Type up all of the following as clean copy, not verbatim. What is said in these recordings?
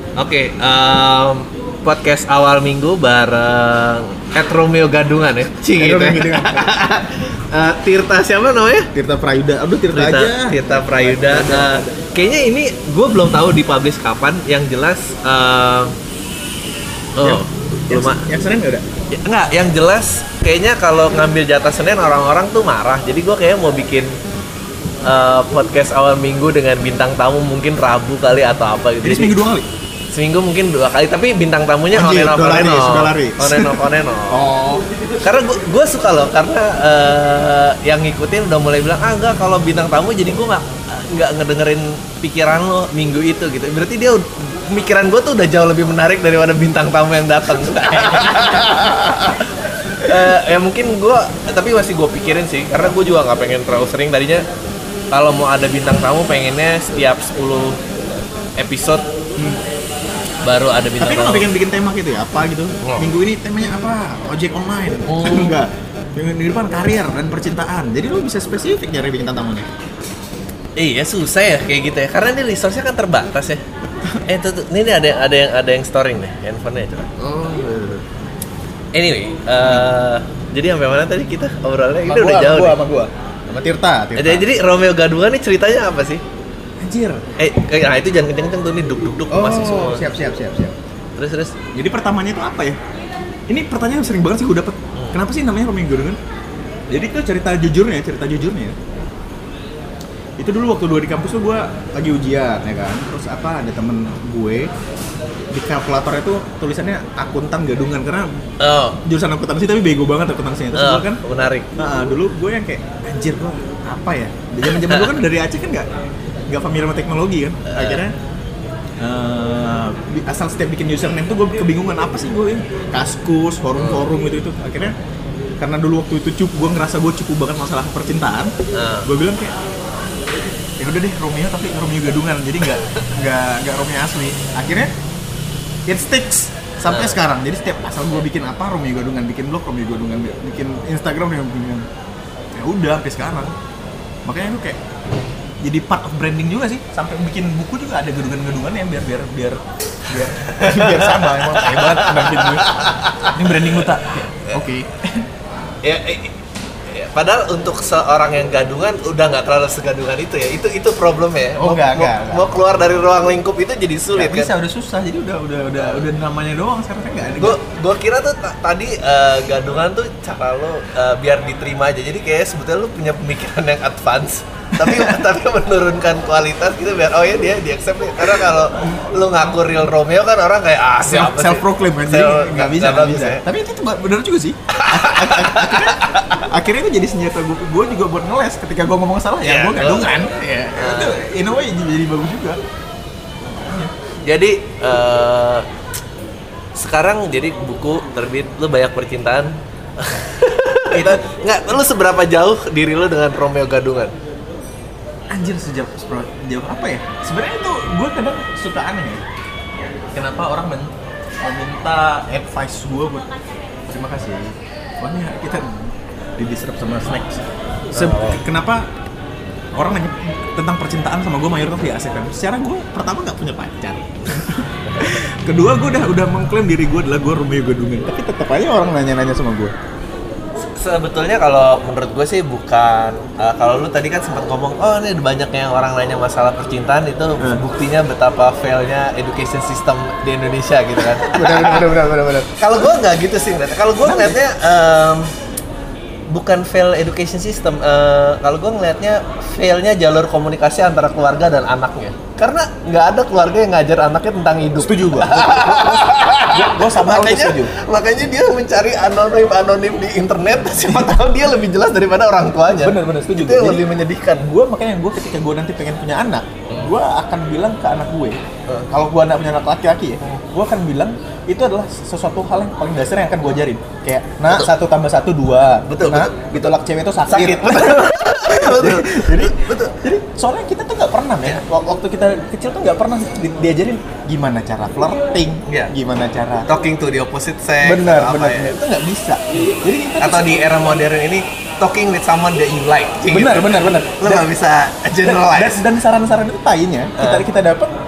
Oke, podcast awal minggu bareng Romeo Gadungan ya. Cing gitu ya. Tirta siapa namanya? Tirta Prayuda. Aduh, Tirta aja. Tirta Prayuda. Kayaknya ini gue belum tahu dipublish kapan. Yang jelas yang Senin nggak ada? Ya, enggak, yang jelas kayaknya kalau ngambil jatah Senin orang-orang tuh marah. Jadi gue kayaknya mau bikin podcast awal minggu dengan bintang tamu mungkin Rabu kali atau apa gitu. Jadi seminggu 2 kali? Seminggu mungkin 2 kali, tapi bintang tamunya Anjir, on and off. Oh. Karena gue suka loh, karena yang ngikutin udah mulai bilang, enggak, kalau bintang tamu jadi gue nggak ngedengerin pikiran lo minggu itu gitu. Berarti dia pemikiran gue tuh udah jauh lebih menarik daripada bintang tamu yang datang. Ya mungkin gue, tapi masih gue pikirin sih, karena gue juga nggak pengen terlalu sering. Tadinya kalau mau ada bintang tamu pengennya setiap 10 episode baru ada bintang tamu. Tapi lo pengen bikin tema gitu ya, apa gitu? Minggu ini temanya apa? Ojek online? Enggak. Minggu depan karir dan percintaan. Jadi lo bisa spesifik nyari bintang tamunya. Iya susah ya kayak gitu ya, karena ini resource-nya kan terbatas ya. Tuh, ini ada yang storing nih handphonenya coba. Oh iya. Anyway, jadi sampai mana tadi kita obrolnya? Ini udah jauh nih. Sama Tirta. Jadi Romeo Gadungan nih ceritanya apa sih? Anjir. Nah itu jangan kenceng-kenceng tuh, nih duk masih semua. Siap. Terus. Jadi pertamanya itu apa ya? Ini pertanyaan sering banget sih gue dapet. Kenapa sih namanya Romeo Gadungan? Jadi itu cerita jujurnya. Itu dulu waktu di kampus tuh gue lagi ujian ya kan. Terus ada temen gue di kalkulatornya tuh tulisannya akuntan gadungan, karena jurusan akuntansi tapi bego banget akuntansinya. Terus gue kan menarik. Dulu gue yang kayak anjir gue apa ya? Zaman dulu kan dari Aceh kan nggak familiar sama teknologi kan. Akhirnya asal setiap bikin username tuh gue kebingungan apa sih gue Kaskus, forum gitu. Akhirnya karena dulu waktu itu gue ngerasa gue cukup banget masalah percintaan, gue bilang kayak ya udah deh Romeo tapi Romeo Gadungan, jadi nggak Romeo asli. Akhirnya it sticks sampai sekarang. Jadi setiap asal gue bikin apa Romeo Gadungan, bikin blog Romeo Gadungan, bikin Instagram Romeo Gadungan, ya udah sampai sekarang. Makanya itu kayak jadi part of branding juga sih. Sampai bikin buku juga ada gadungan-gadungan yang biar sama. Emang hebat branding gue. Ini branding lu tak? Oke. Padahal untuk seorang yang gadungan udah nggak terlalu segadungan itu ya. Itu problemnya. Mau keluar dari ruang lingkup itu jadi sulit bisa, kan? Udah susah. Jadi udah namanya doang sekarang kan nggak ada. Gue kira tuh tadi gadungan tuh cara lo biar diterima aja. Jadi kayak sebetulnya lo punya pemikiran yang advance. tapi menurunkan kualitas gitu biar dia di accept nih. Karena kalau lu ngaku real Romeo kan orang kayak siapa sih? Self proclaim kan, jadi nggak bisa. Tapi itu benar juga sih. Akhirnya itu jadi senjata gue juga buat ngeles ketika gue ngomong salah ya gue gadungan. Itu in a way jadi bagus juga. Jadi sekarang jadi buku terbit, lu banyak percintaan. Nggak, lu seberapa jauh diri lu dengan Romeo Gadungan? Anjir, sejauh apa ya? Sebenarnya itu gue kadang suka aneh ya. Kenapa orang meminta advice gue buat terima kasih. Soalnya kita di-disrupt sama snacks. Kenapa orang nanya tentang percintaan sama gue mayoritas di ASEP kan? Secara gue pertama nggak punya pacar. Kedua gue udah mengklaim diri gue adalah gue Romeo Gadungan. Tapi tetap aja orang nanya-nanya sama gue. Sebetulnya kalau menurut gue sih bukan kalau lu tadi kan sempat ngomong ini banyak yang orang nanya masalah percintaan, itu buktinya betapa failnya education system di Indonesia gitu kan. Benar. Kalau gue nggak gitu sih, kalau gue ngeliatnya bukan fail education system, kalau gue ngelihatnya failnya jalur komunikasi antara keluarga dan anaknya. Karena nggak ada keluarga yang ngajar anaknya tentang hidup. Setuju gue. Gue sama setuju. Makanya dia mencari anonim di internet. Siapa tahu dia lebih jelas daripada orang tuanya. Bener setuju. Itu yang lebih menyedihkan. Gue ketika gue nanti pengen punya anak, gue akan bilang ke anak gue, kalau gue punya anak laki-laki ya, gue akan bilang itu adalah sesuatu hal yang paling dasar yang akan gue ajarin. Kayak, 1 + 1 2. Betul. Ditolak cewek itu sakit. Jadi soalnya kita tuh nggak pernah ya, waktu kita kecil tuh nggak pernah diajarin gimana cara flirting, gimana cara talking to the opposite sex. Benar. Itu nggak bisa. Jadi atau di era modern ini talking with someone that you like. Benar. Lo nggak bisa generalize. Dan saran-saran itu tainya kita dapat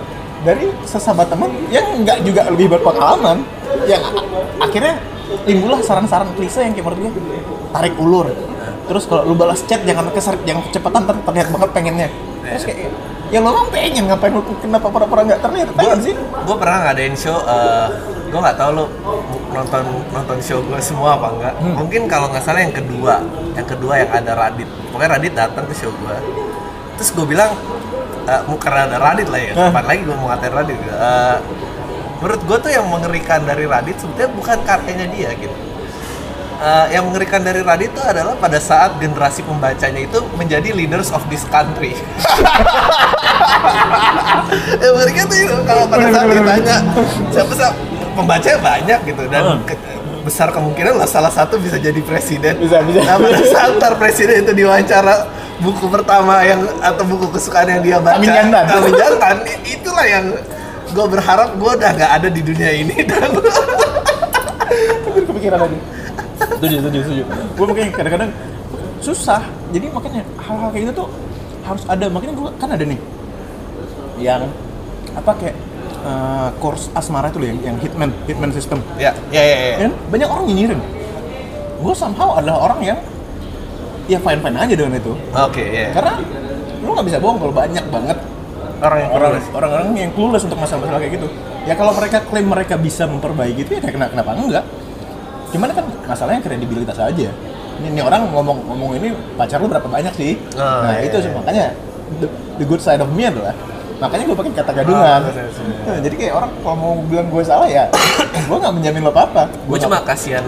dari sesahabat teman yang nggak juga lebih berpengalaman, yang akhirnya timbullah saran-saran klise yang kayak menurut gue tarik ulur. Terus kalau lu balas chat jangan kecepatan terlihat banget pengennya. Terus kayak ya lo emang pengen ngapain lu kenapa pura-pura nggak terlihat pengen sih? Gue pernah ngadain show, gue nggak tahu lu nonton show gue semua apa enggak. Mungkin kalau nggak salah yang kedua yang ada Radit. Pokoknya Radit datang ke show gue. Terus gue bilang karena ada Radit lah ya. Kapan lagi gue mau ngatain Radit? Menurut gue tuh yang mengerikan dari Radit sebetulnya bukan karyanya dia gitu. Yang mengerikan dari Radit itu adalah pada saat generasi pembacanya itu menjadi leaders of this country. Yang mengerikan tuh itu, kalau pada saat ditanya siapa pembacanya banyak gitu dan besar kemungkinan lah salah satu bisa jadi presiden. Bisa. Nah pada saat presiden itu diwawancara buku pertama atau buku kesukaan yang dia baca, Amin Jantan, itulah yang gue berharap gue udah gak ada di dunia ini dan kepikiran lagi. Setuju. Gue makanya kadang-kadang susah. Jadi makanya hal-hal kayak gitu tuh harus ada. Makanya gue kan ada nih yang kayak course asmara itu loh yang hitman system. Ya. Dan banyak orang nyinyirin. Gue somehow adalah orang yang ya fine aja dengan itu. Oke. Karena lu nggak bisa bohong kalau banyak banget orang-orang yang clueless untuk masalah-masalah kayak gitu. Ya kalau mereka klaim mereka bisa memperbaiki itu ya kenapa enggak? Gimana kan masalahnya kredibilitas aja. Ini orang ngomong ini pacar lu berapa banyak sih? Itu sih makanya the good side of me adalah makanya gue pakai kata gadungan. Jadi kayak orang kalau mau bilang gue salah ya gue nggak menjamin lo apa-apa. Gue cuma kasihan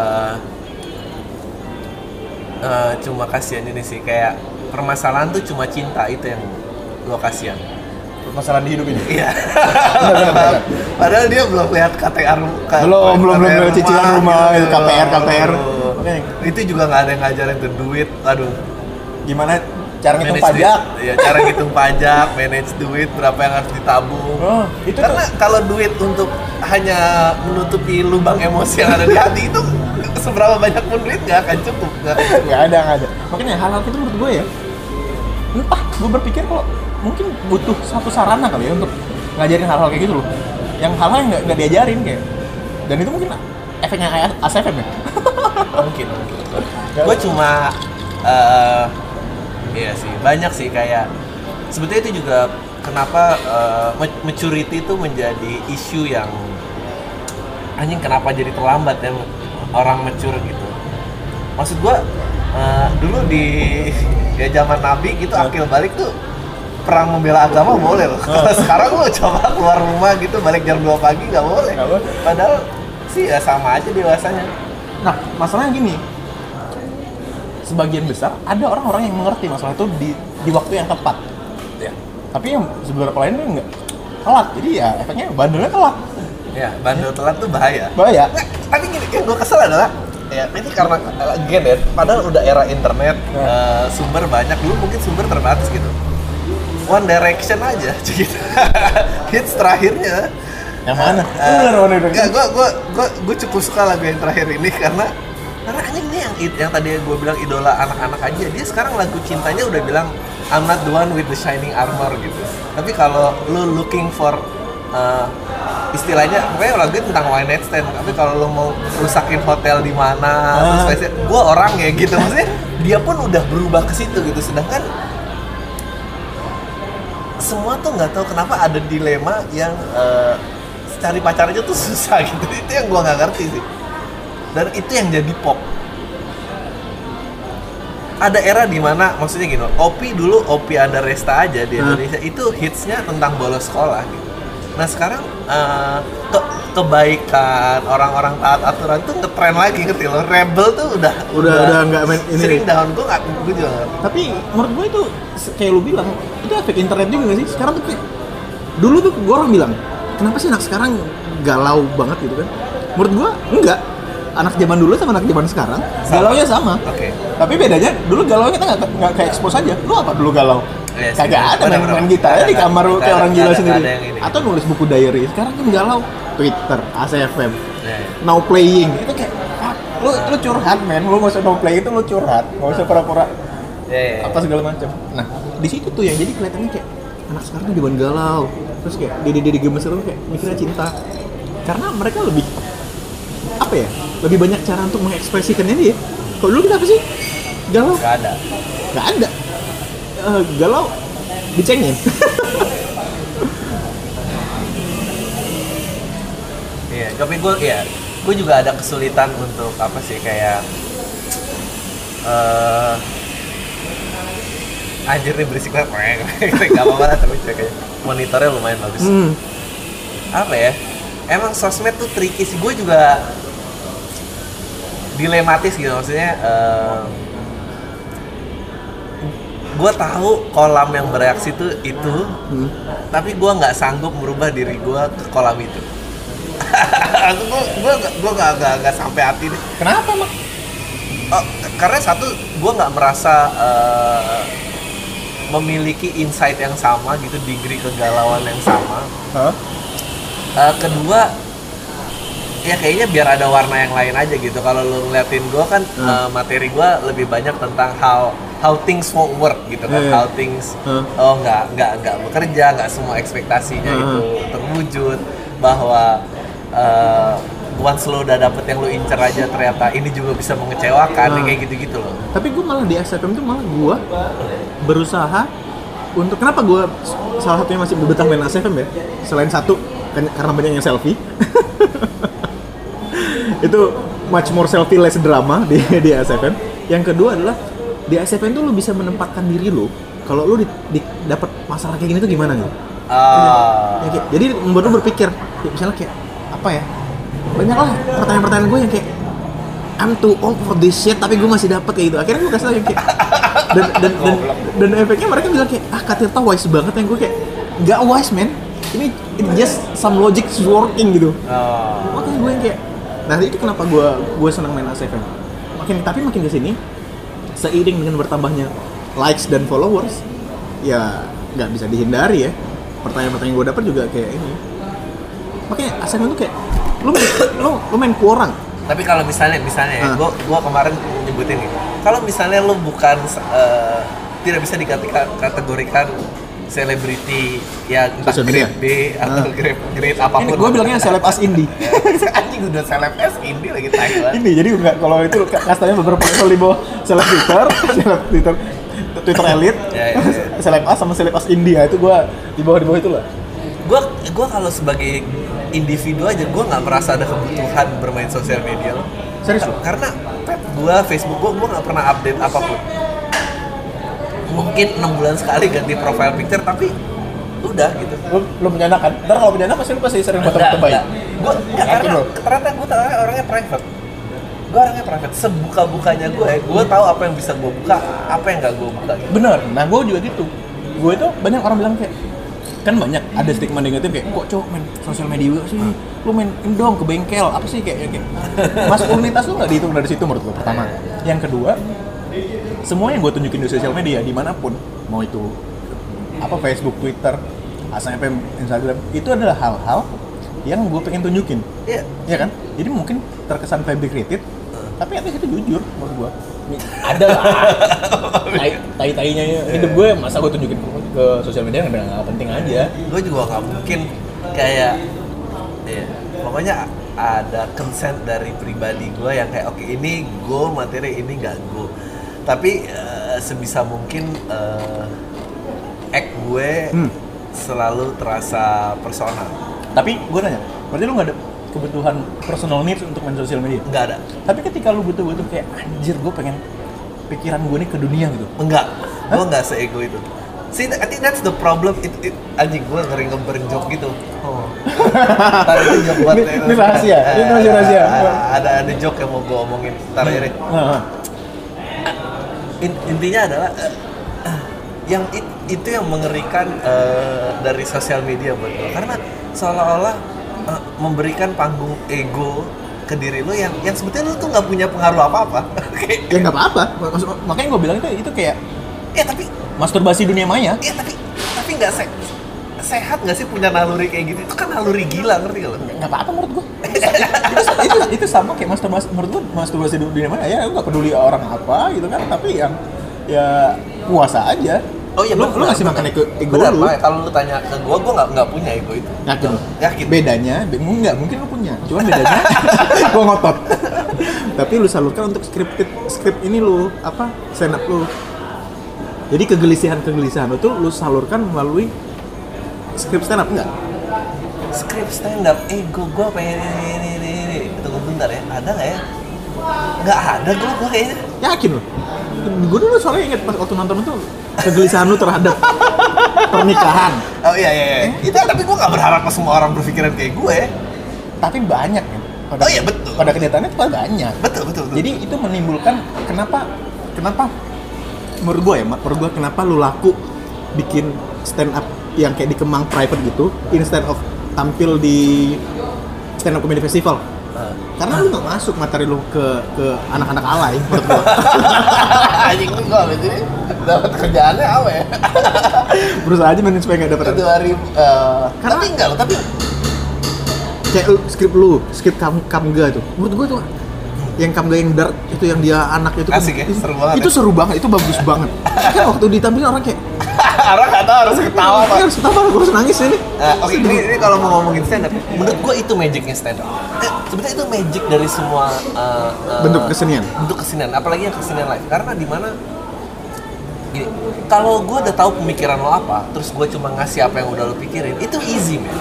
ini sih, kayak permasalahan tuh cuma cinta itu yang gue kasihan. Permasalahan di hidup ini? Iya. Padahal dia belum lihat KTR. Belum cicilan rumah, itu KPR. Itu juga nggak ada yang ngajarin tuh duit. Aduh. Gimana cara ngitung pajak? Iya, cara ngitung pajak, manage duit, berapa yang harus ditabung. Itu karena kalau duit untuk hanya menutupi lubang emosi yang ada di hati itu seberapa banyak pun duit nggak akan cukup. Nggak ada. Makanya hal-hal itu menurut gue ya, entah gue berpikir kalau mungkin butuh satu sarana kali ya untuk ngajarin hal-hal kayak gitu loh. Yang hal-hal yang nggak diajarin kayak. Dan itu mungkin efeknya ASFM ya? Mungkin. Gue cuma iya sih, banyak sih kayak sebetulnya itu juga kenapa maturity itu menjadi isu yang anjing kenapa jadi terlambat ya orang mature gitu. Maksud gua dulu di zaman Nabi gitu akil balik tuh perang membela agama boleh loh. Kalau sekarang lo coba keluar rumah gitu balik jam 2 pagi nggak boleh. Padahal sih ya sama aja dewasanya. Nah masalahnya gini, sebagian besar ada orang-orang yang mengerti masalah itu di waktu yang tepat. Ya. Tapi yang beberapa lainnya enggak telat. Jadi ya efeknya bandelnya telat. Ya, bandel telat tuh bahaya. Nggak, tapi gini, yang gue kesel adalah ya ini karena again ya, padahal udah era internet, sumber banyak, dulu mungkin sumber terbatas gitu. One Direction aja gitu. Hits terakhirnya yang mana? Gue cukup suka lagu yang terakhir ini karena anjing nih yang tadi gue bilang idola anak-anak aja, dia sekarang lagu cintanya udah bilang I'm not the one with the shining armor gitu. Tapi kalau lu looking for istilahnya, pokoknya lagu itu tentang one night stand. Tapi kalau lu mau rusakin hotel di mana, terus gue orang ya gitu, maksudnya dia pun udah berubah ke situ gitu. Sedangkan semua tuh nggak tahu kenapa ada dilema yang cari pacar aja tuh susah gitu. Itu yang gue nggak ngerti sih. Dan itu yang jadi pop. Ada era di mana maksudnya gini, Opi ada Resta aja di Indonesia itu hitsnya tentang bolos sekolah gitu. Nah sekarang kebaikan orang-orang taat aturan tuh ngetren lagi, ngerti lo? Rebel tuh udah nggak main ini. Sering down, gue juga. Tapi menurut gue itu kayak lu bilang, itu efek internet juga nggak sih? Sekarang tuh kayak dulu tuh gue orang bilang, kenapa sih anak sekarang galau banget gitu kan? Menurut gue enggak. Anak zaman dulu sama anak zaman sekarang galaunya sama. Oke. Tapi bedanya dulu galau kita nggak kayak expose aja. Lu apa dulu galau? Yes, kagak ada main gitar di kamar lu kayak orang gila sendiri. Atau nulis buku diary. Sekarang kan galau Twitter, ACFM, now playing. Itu kayak lu curhat men. Lu nggak usah now playing itu lu curhat. Nggak usah pura-pura apa segala macam. Nah di situ tuh yang jadi kelihatannya kayak anak sekarang di galau, terus kayak di gemes itu kayak mikirnya cinta, karena mereka lebih apa ya, lebih banyak cara untuk mengekspresikannya dia. Kalau dulu kita apa sih? Galau? Gak ada. Galau dicengin. Iya, tapi gue juga ada kesulitan untuk apa sih kayak anjir nih berisik banget, nggak apa-apa lah, tapi kayak monitornya lumayan bagus. Apa ya? Emang sosmed tuh tricky sih, gue juga dilematis gitu, maksudnya gue tahu kolam yang bereaksi tuh itu, tapi gue nggak sanggup merubah diri gue ke kolam itu. gue nggak sampai hati deh. Kenapa emang? Karena satu, gue nggak merasa memiliki insight yang sama gitu, degree kegalauan yang sama. Kedua, ya kayaknya biar ada warna yang lain aja gitu. Kalau lo ngeliatin gue kan materi gue lebih banyak tentang how things won't work gitu kan, how things nggak bekerja, nggak semua ekspektasinya itu terwujud, bahwa once lo udah dapet yang lo incer aja ternyata ini juga bisa mengecewakan, kayak gitu-gitu loh. Tapi gue malah di SFM tuh malah gue berusaha untuk, kenapa gue salah satunya masih betah main SFM ya, selain satu karena banyak yang selfie. Itu much more selfie less drama di SFM. Yang kedua adalah di SFM tuh lo bisa menempatkan diri lo kalau lo dapat masalah kayak gini tuh gimana gitu. Jadi membuat lo berpikir, ya, misalnya kayak apa ya, banyak lah pertanyaan-pertanyaan gue yang kayak I'm too old for this shit, tapi gue masih dapet kayak gitu. Akhirnya gue kasih tau yang kayak dan efeknya mereka bilang kayak Kak Tirta wise banget, yang gue kayak nggak wise man, ini just some logic is working gitu. Makanya gue yang kayak, nah itu kenapa gue senang main SFM. Makin kesini, seiring dengan bertambahnya likes dan followers, ya nggak bisa dihindari ya, pertanyaan-pertanyaan gue dapet juga kayak ini. Makanya SFM tuh kayak lu main ke orang. Tapi kalau misalnya ya, gue kemarin nyebutin nih, kalau misalnya lu bukan tidak bisa dikategorikan selebriti yang entah grade B atau grade apapun. Ini gue bilangnya seleb as indie. Anjing udah seleb as indie lagi Thailand. Ini jadi enggak, kalau itu kastanya beberapa level di bawah seleb Twitter elite, seleb as sama seleb as India, itu gue di bawah itu lah. Gue kalau sebagai individu aja gue nggak merasa ada kebutuhan bermain sosial media loh. Serius loh? Karena Facebook gue nggak pernah update apapun. Mungkin 6 bulan sekali ganti profile picture, tapi udah gitu. Lu punya anak kan? Ntar kalau punya anak pasti sering foto-foto bayi. Gue karena ternyata gue orangnya private. Gue orangnya private. Sebuka-bukanya gue tahu apa yang bisa gue buka, apa yang nggak gue buka. Gitu. Bener. Nah gue juga gitu. Gue itu banyak orang bilang kayak, kan banyak ada stigma negatif kayak, kok cowok main sosial media sih, lu main dong ke bengkel, apa sih kayak maskulinitas lu nggak dihitung dari situ menurut gue, pertama. Yang kedua, semua yang gue tunjukin di sosial media dimanapun, mau itu apa Facebook, Twitter, SFM, Instagram, itu adalah hal-hal yang gue pengen tunjukin. Iya kan? Jadi mungkin terkesan fabricated, tapi at least itu jujur menurut gue. Ada lah tai-tainya hidup gue, masa gue tunjukin ke sosial media nggak penting aja. Gue juga nggak mungkin kayak pokoknya ada consent dari pribadi gue yang kayak oke, ini gue materi, ini nggak gue, tapi sebisa mungkin act gue selalu terasa personal. Tapi gue nanya, berarti lu nggak ada kebutuhan personal needs untuk main sosial media? Nggak ada. Tapi ketika lu butuh kayak anjir gue pengen pikiran gue nih ke dunia gitu. Enggak, gue nggak seego itu. See, I think that's the problem. Anjing, gue ngeri ngeburn joke gitu. Ntar itu joke buat ini rahasia. Ini rahasia. Ada joke yang mau gue omongin. Ntar ini. Intinya adalah yang itu yang mengerikan dari sosial media buat gue, karena seolah-olah memberikan panggung ego ke diri lo yang sebetulnya lo tuh nggak punya pengaruh apa-apa. Ya nggak apa-apa. Makanya gue bilang itu kayak tapi masturbasi dunia maya. Iya tapi nggak sehat nggak sih punya naluri kayak gitu? Itu kan naluri gila, ngerti gak lo? Nggak apa-apa menurut gue. itu sama kayak masturbasi, menurut gue masturbasi dunia maya ya, gue nggak peduli orang apa gitu kan, tapi yang ya puasa aja. Oh iya, lu ngasih makan ego benar, lu. Kalau lu tanya ke gue nggak punya ego itu. Yakin lu? Yakin. Bedanya, enggak, mungkin lu punya. Cuman bedanya, gua ngotot. Tapi lu salurkan untuk skrip ini lu, stand up lu. Jadi kegelisahan lu tuh lu salurkan melalui skrip stand up, enggak? Skrip stand up, ego gue pengen ini. Tunggu bentar ya, ada nggak ya? Nggak ada gue kayaknya. Yakin lu? Gue dulu soalnya inget pas waktu nonton itu kegelisahan lu terhadap pernikahan. Oh iya. Itu tapi gue nggak berharap semua orang berpikiran kayak gue. Tapi banyak kan. Oh iya betul. Pada kenyataannya itu banyak. Betul. Jadi itu menimbulkan kenapa menurut gue kenapa lu laku bikin stand up yang kayak di Kemang private gitu instead of tampil di stand up comedy festival. Karena lu nggak masuk materi lu ke anak-anak alay menurut gua. Anjing lu kok abis ini dapat kerjaannya apa ya? Berusaha aja supaya nggak dapat. Tapi enggak loh, tapi kayak skrip Kamga tuh. Menurut gua tuh yang Kamga yang dark itu yang dia anak itu asik ya, seru banget. Itu seru banget, itu bagus banget. Kan waktu ditampilin orang kayak orang kata harus ketawa Pak. Harus ketawa, gue harus nangis ini. Oke, ini kalau mau ngomongin stand up, menurut gue itu magicnya stand up. Sebenarnya itu magic dari semua bentuk kesenian. Apalagi yang kesenian live. Karena di mana gini, kalau gue udah tahu pemikiran lo apa, terus gue cuma ngasih apa yang udah lo pikirin, itu easy man.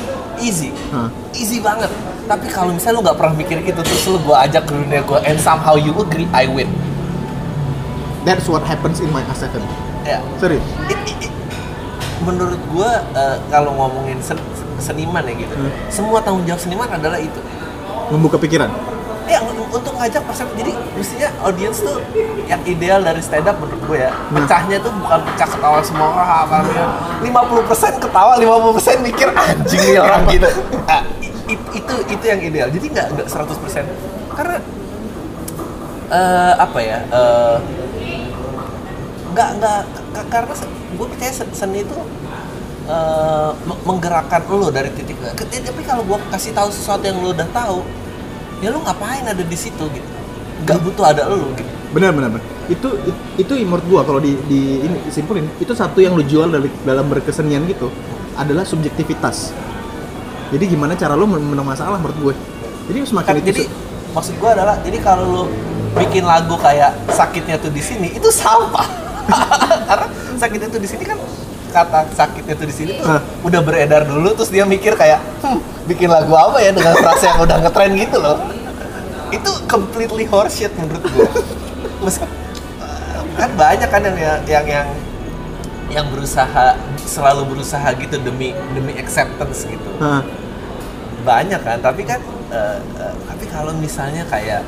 Easy banget. Tapi kalau misalnya lo nggak pernah mikir gitu, terus lo gue ajak ke dunia gue, and somehow you agree, I win. That's what happens in my A7. Ya. Serius. Menurut gue kalau ngomongin seniman ya gitu, semua tanggung jawab seniman adalah itu. Membuka pikiran. Ya, untuk ngajak persepsi. Jadi mestinya audience tuh yang ideal dari stand up menurut gue ya, pecahnya tuh bukan pecah ketawa semua orang, 50% ketawa, 50% mikir anjing nih orang gitu. Nah, itu yang ideal. Jadi nggak 100%. Karena karena gue percaya seni itu menggerakkan lo dari titik. Tapi kalau gue kasih tahu sesuatu yang lo udah tahu, ya lo ngapain ada di situ gitu? Gak butuh ada lo gitu. Benar. Itu menurut gue kalau ini simpulin, itu satu yang lo jual dalam berkesenian gitu adalah subjektivitas. Jadi gimana cara lo menang masalah menurut gue. Jadi semakin jadi maksud gue adalah, jadi kalau lo bikin lagu kayak sakitnya tuh di sini, itu sampah. Karena sakitnya tuh di sini kan, kata sakitnya tuh di sini tuh udah beredar dulu, terus dia mikir kayak bikin lagu apa ya dengan frase yang udah ngetren gitu loh. Itu completely horseshit menurut gue. Kan banyak kan yang selalu berusaha gitu demi acceptance gitu. Banyak kan, tapi kan tapi kalau misalnya kayak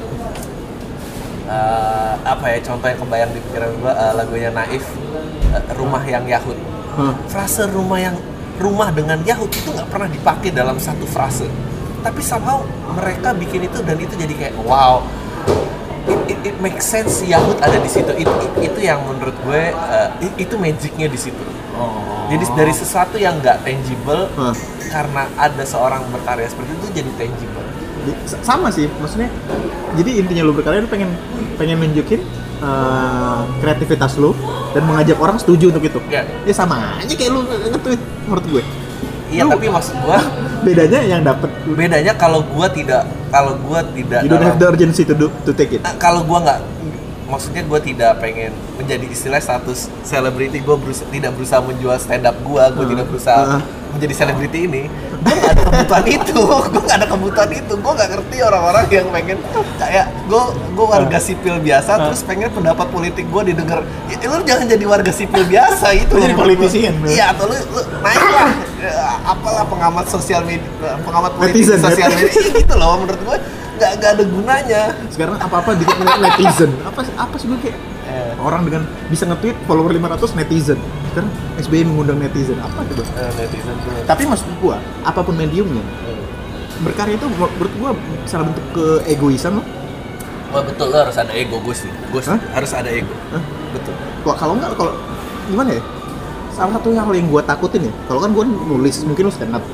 contoh yang kebayang di pikiran gue, lagunya Naif, Rumah yang Yahud. Frase rumah dengan Yahud itu nggak pernah dipakai dalam satu frase, tapi somehow mereka bikin itu dan itu jadi kayak wow, it makes sense. Yahud ada di situ. Itu yang menurut gue itu magicnya di situ. Jadi dari sesuatu yang nggak tangible, karena ada seorang berkarya seperti itu jadi tangible. Sama sih, maksudnya jadi intinya lu berkarya lu pengen nunjukin kreativitas lu dan mengajak orang setuju untuk itu. Ya sama aja kayak lu nge-tweet menurut gue. Iya, tapi maksud gua bedanya kalau gua tidak you don't have the urgency to take it. Kalau gua nggak, maksudnya gua tidak pengen menjadi istilah status selebriti. Gua tidak berusaha menjual stand up gua tidak berusaha menjadi selebriti ini. Gua nggak ada kebutuhan itu. Gua nggak ngerti orang-orang yang pengen kayak gua warga sipil biasa terus pengen pendapat politik gua didengar. Ya, lu jangan jadi warga sipil biasa itu. Jadi politician. Iya, atau lu naik lah. Apalah pengamat sosial media, pengamat politik sosial media gitu loh. Menurut gue nggak ada gunanya. Sekarang apa dikit netizen. Apa sih gue kayak orang dengan bisa nge-tweet follower 500 netizen. Sekarang SBY mengundang netizen. Apa itu? Netizen tuh. Tapi maksud gue, apapun mediumnya, berkarya itu menurut gue salah bentuk keegoisan loh. Wah betul, lo harus ada ego gue sih. Harus ada ego. Betul. Kalau gimana ya? Salah satu hal yang gue takutin ya, kalau kan gue nulis, mungkin lu stand up,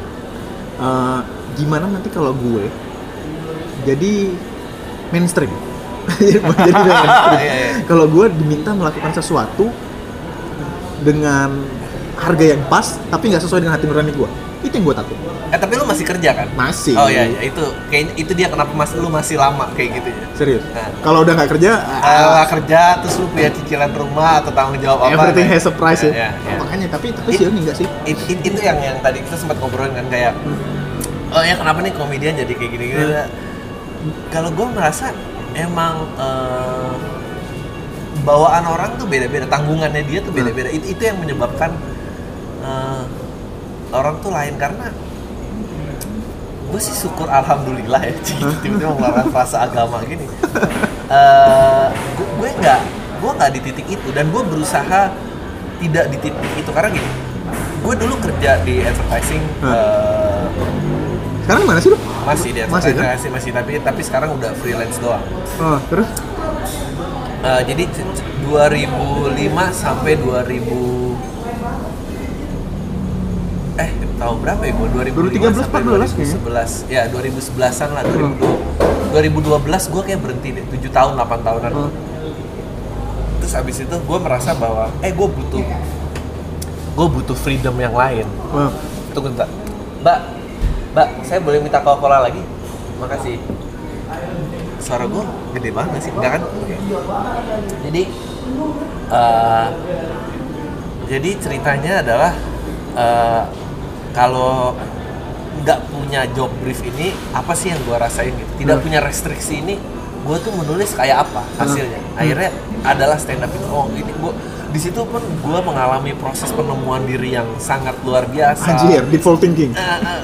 gimana nanti kalau gue jadi mainstream. Kalau gue diminta melakukan sesuatu dengan harga yang pas tapi nggak sesuai dengan hati nurani gue. Itu yang gue takut. Tapi lu masih kerja kan? Masih. Oh iya, itu kayaknya itu dia kenapa lu masih lama kayak gitu ya. Serius? Nah. Kalau udah nggak kerja, nggak kerja terus lu punya cicilan rumah atau tanggung jawab apa? Everything has a price ya. Ya. Makanya tapi sih ini nggak sih? Itu yang tadi kita sempat ngobrolin kan kayak, oh ya kenapa nih komedian jadi kayak gini-gini? Kalau gue merasa emang bawaan orang tuh beda-beda, tanggungannya dia tuh beda-beda. Itu yang menyebabkan orang tuh lain, karena gue sih syukur alhamdulillah ya tiba-tiba mengeluarkan frasa agama gini. Gue nggak di titik itu, dan gue berusaha tidak di titik itu karena gini, gue dulu kerja di advertising. Sekarang mana sih lu? Masih di advertising, masih tapi sekarang udah freelance doang. Terus? Jadi 2005 sampai 2000 tahun berapa ya gue? 2013 sampai 2011 ya 2011an lah. 2012 gue kayak berhenti deh, 7 tahun 8 tahunan. Terus abis itu gue merasa bahwa gue butuh freedom yang lain. Tunggu bentar, Mbak, saya boleh minta Coca-Cola lagi? Makasih. Suara gue gede banget sih, enggak kan? Jadi ceritanya adalah kalau nggak punya job brief ini, apa sih yang gue rasain gitu? Tidak punya restriksi ini, gue tuh menulis kayak apa hasilnya? Akhirnya adalah stand up itu. Oh ini gue di situ pun gue mengalami proses penemuan diri yang sangat luar biasa. Anjir, default thinking.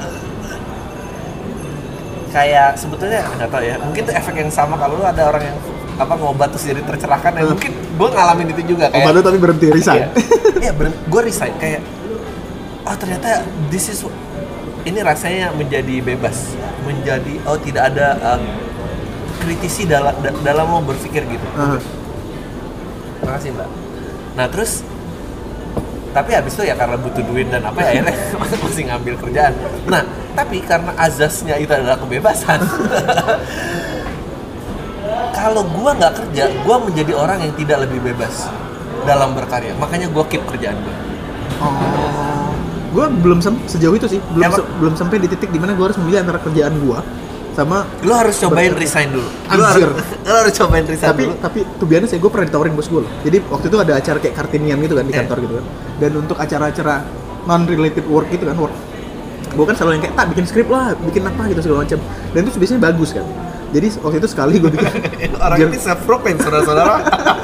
Kayak sebetulnya nggak tahu ya, mungkin tuh efek yang sama kalau lu ada orang yang ngobat terus jadi tercerahkan. Ya mungkin gue ngalamin itu juga kayak. Obat lu tapi berhenti resign. Iya, gue resign kayak. Oh ternyata ini rasanya menjadi bebas, tidak ada kritisi dalam mau berpikir gitu. Makasih Mbak. Nah terus, tapi habis itu ya karena butuh duit dan apa ya akhirnya masih ngambil kerjaan. Nah tapi karena azasnya itu adalah kebebasan. Kalau gue nggak kerja, gue menjadi orang yang tidak lebih bebas dalam berkarya. Makanya gue keep kerjaan gue. Gue belum sejauh itu sih, belum sampai di titik dimana gue harus memilih antara kerjaan gue sama. Lo harus cobain resign dulu. Lo harus cobain resign dulu. Tapi tuh biasa gue pernah ditawarin bos gue loh. Jadi waktu itu ada acara kayak Kartinian gitu kan di kantor gitu kan. Dan untuk acara-acara non-related work gitu kan, gue kan selalu yang kayak bikin skrip lah, bikin apa gitu segala macam. Dan itu biasanya bagus kan. Jadi waktu itu sekali gue bikin orang ini self-proclaim saudara-saudara.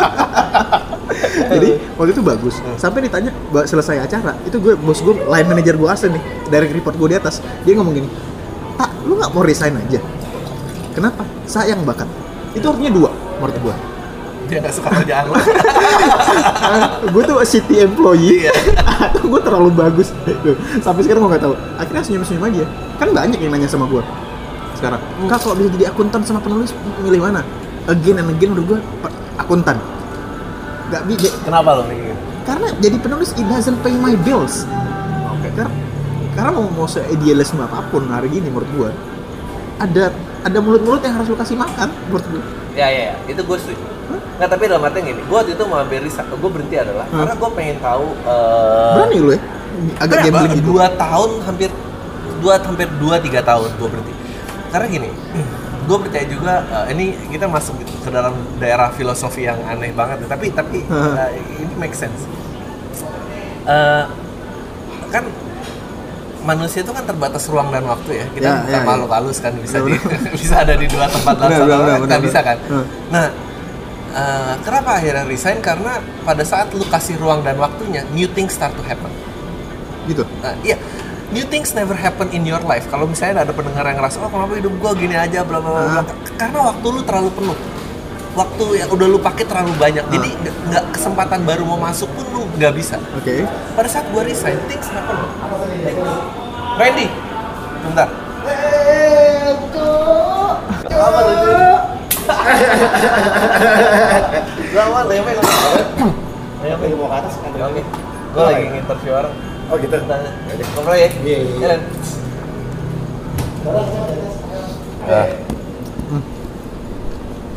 Jadi waktu itu bagus. Sampai ditanya selesai acara, itu bos gue, line manager gue asli nih, direct report gue di atas. Dia ngomong gini, "Tak, lu nggak mau resign aja? Kenapa? Sayang bakat." Itu artinya 2 menurut gue. Dia nggak suka kerjaan lo. Gue tuh city employee atau gue terlalu bagus. Sampai sekarang gue nggak tahu. Akhirnya senyum-senyum aja. Kan banyak yang nanya sama gue sekarang. Kak, kalau bisa jadi akuntan sama penulis, milih mana? Again and again udah gue akuntan. Gak bisa. Kenapa lo nih? Karena jadi penulis it doesn't pay my bills. Karena mau se-idealisme apapun hari ini menurut gue, ada mulut-mulut yang harus lo kasih makan menurut gue. Ya, itu gue setuju. Nggak, tapi dalam artinya gini, gue waktu itu mau ambil riset, gue berhenti adalah karena gue pengen tahu. Berani lo ya? Agak gambling gitu. 2 tahun hampir 2-3 tahun gue berhenti. Karena gini, gue percaya juga ini kita masuk ke dalam daerah filosofi yang aneh banget, tapi ini make sense. Kan manusia itu kan terbatas ruang dan waktu ya. Kita bukan makhluk halus kan, bisa ada di 2 tempat dalam nggak bisa kan. Nah, kenapa akhirnya resign? Karena pada saat lu kasih ruang dan waktunya, new things start to happen. Gitu. Iya. New things never happen in your life. Kalau misalnya ada pendengar yang ngerasa, oh kenapa hidup gue gini aja, bla bla bla. Karena waktu lu terlalu penuh. Waktu yang udah lu pakai terlalu banyak. Jadi nggak kesempatan baru mau masuk pun lu nggak bisa. Oke. Pada saat gue resign, things happen. Randy, bentar. Apa lu? Lama lu yang mau ke atas kan? Oke. Gue lagi nginterview orang. Oh gitu. Ngobrol ya? Iya.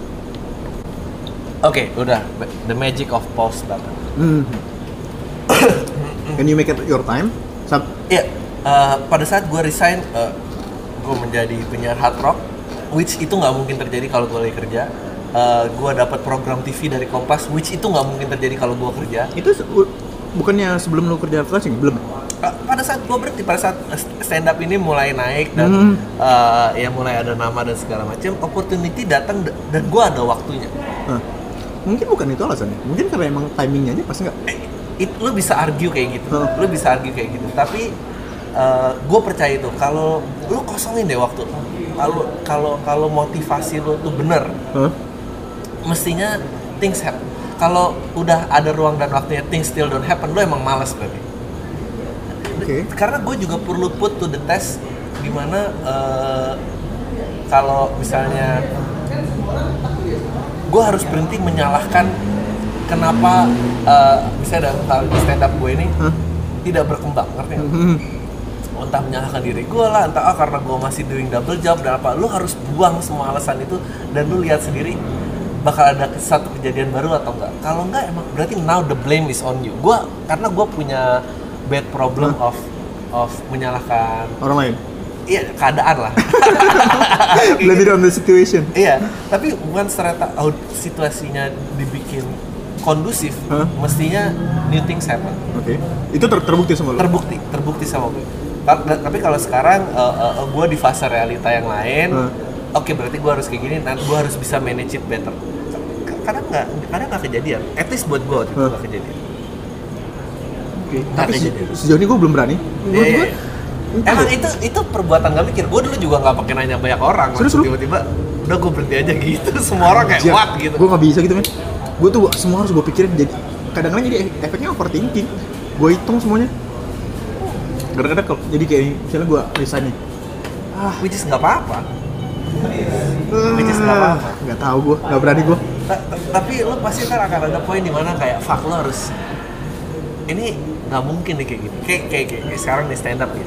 Oke, udah. The magic of pause button. and you make it your time. Iya, pada saat gue resign, gue menjadi penyiar hard rock, which itu nggak mungkin terjadi kalau gue lagi kerja. Gue dapat program TV dari Kompas, which itu nggak mungkin terjadi kalau gue kerja. Itu bukannya sebelum lu kerja advertising? Belum? Pada saat gue berhenti, pada saat stand up ini mulai naik dan ya mulai ada nama dan segala macam, opportunity datang dan gue ada waktunya. Mungkin bukan itu alasannya, mungkin karena emang timingnya aja pas nggak. Lu bisa argue kayak gitu, lu bisa argue kayak gitu. Tapi gue percaya itu, kalau lu kosongin deh waktu, kalau motivasi lu tuh bener, mestinya things happen. Kalau udah ada ruang dan waktunya things still don't happen, lu emang malas berarti. Karena gue juga perlu put to the test gimana kalau misalnya gue harus berhenti menyalahkan kenapa misalnya dalam hal stand up gue ini tidak berkembang, ngerti nggak? Entah menyalahkan diri gue lah, entah karena gue masih doing double job dan apa. Lu harus buang semua alasan itu dan lu lihat sendiri bakal ada satu kejadian baru atau enggak. Kalau enggak, emang berarti now the blame is on you. Karena gue punya bad problem of menyalahkan orang lain. Iya, keadaan lah. Lebih on the situation. Iya, tapi bukan ternyata situasinya dibikin kondusif, mestinya new things happen. Itu terbukti sama lo? Terbukti sama gue. Tapi kalau sekarang gue di fase realita yang lain, oke, berarti gue harus kayak gini, nanti gue harus bisa manage it better. Kadang nggak kejadian, at least buat gue itu nggak kejadian. Tapi sejauh ini gue belum berani. Emang itu perbuatan gak mikir. Gue dulu juga nggak pakai nanya banyak orang. Tiba-tiba udah gue berhenti aja gitu. Semua orang kayak what gitu. Gue nggak bisa gitu men. Gue tuh semua harus gue pikirin. Jadi kadang-kadang jadi efeknya overthinking. Gue hitung semuanya. Kadang-kadang jadi kayak misalnya gue resign nih. Which is nggak apa-apa. Nggak tahu gue, nggak berani gue. Tapi lo pasti kan akan ada poin dimana kayak fuck, lo harus ini nggak mungkin nih kayak gini. Kayak sekarang nih stand up gitu.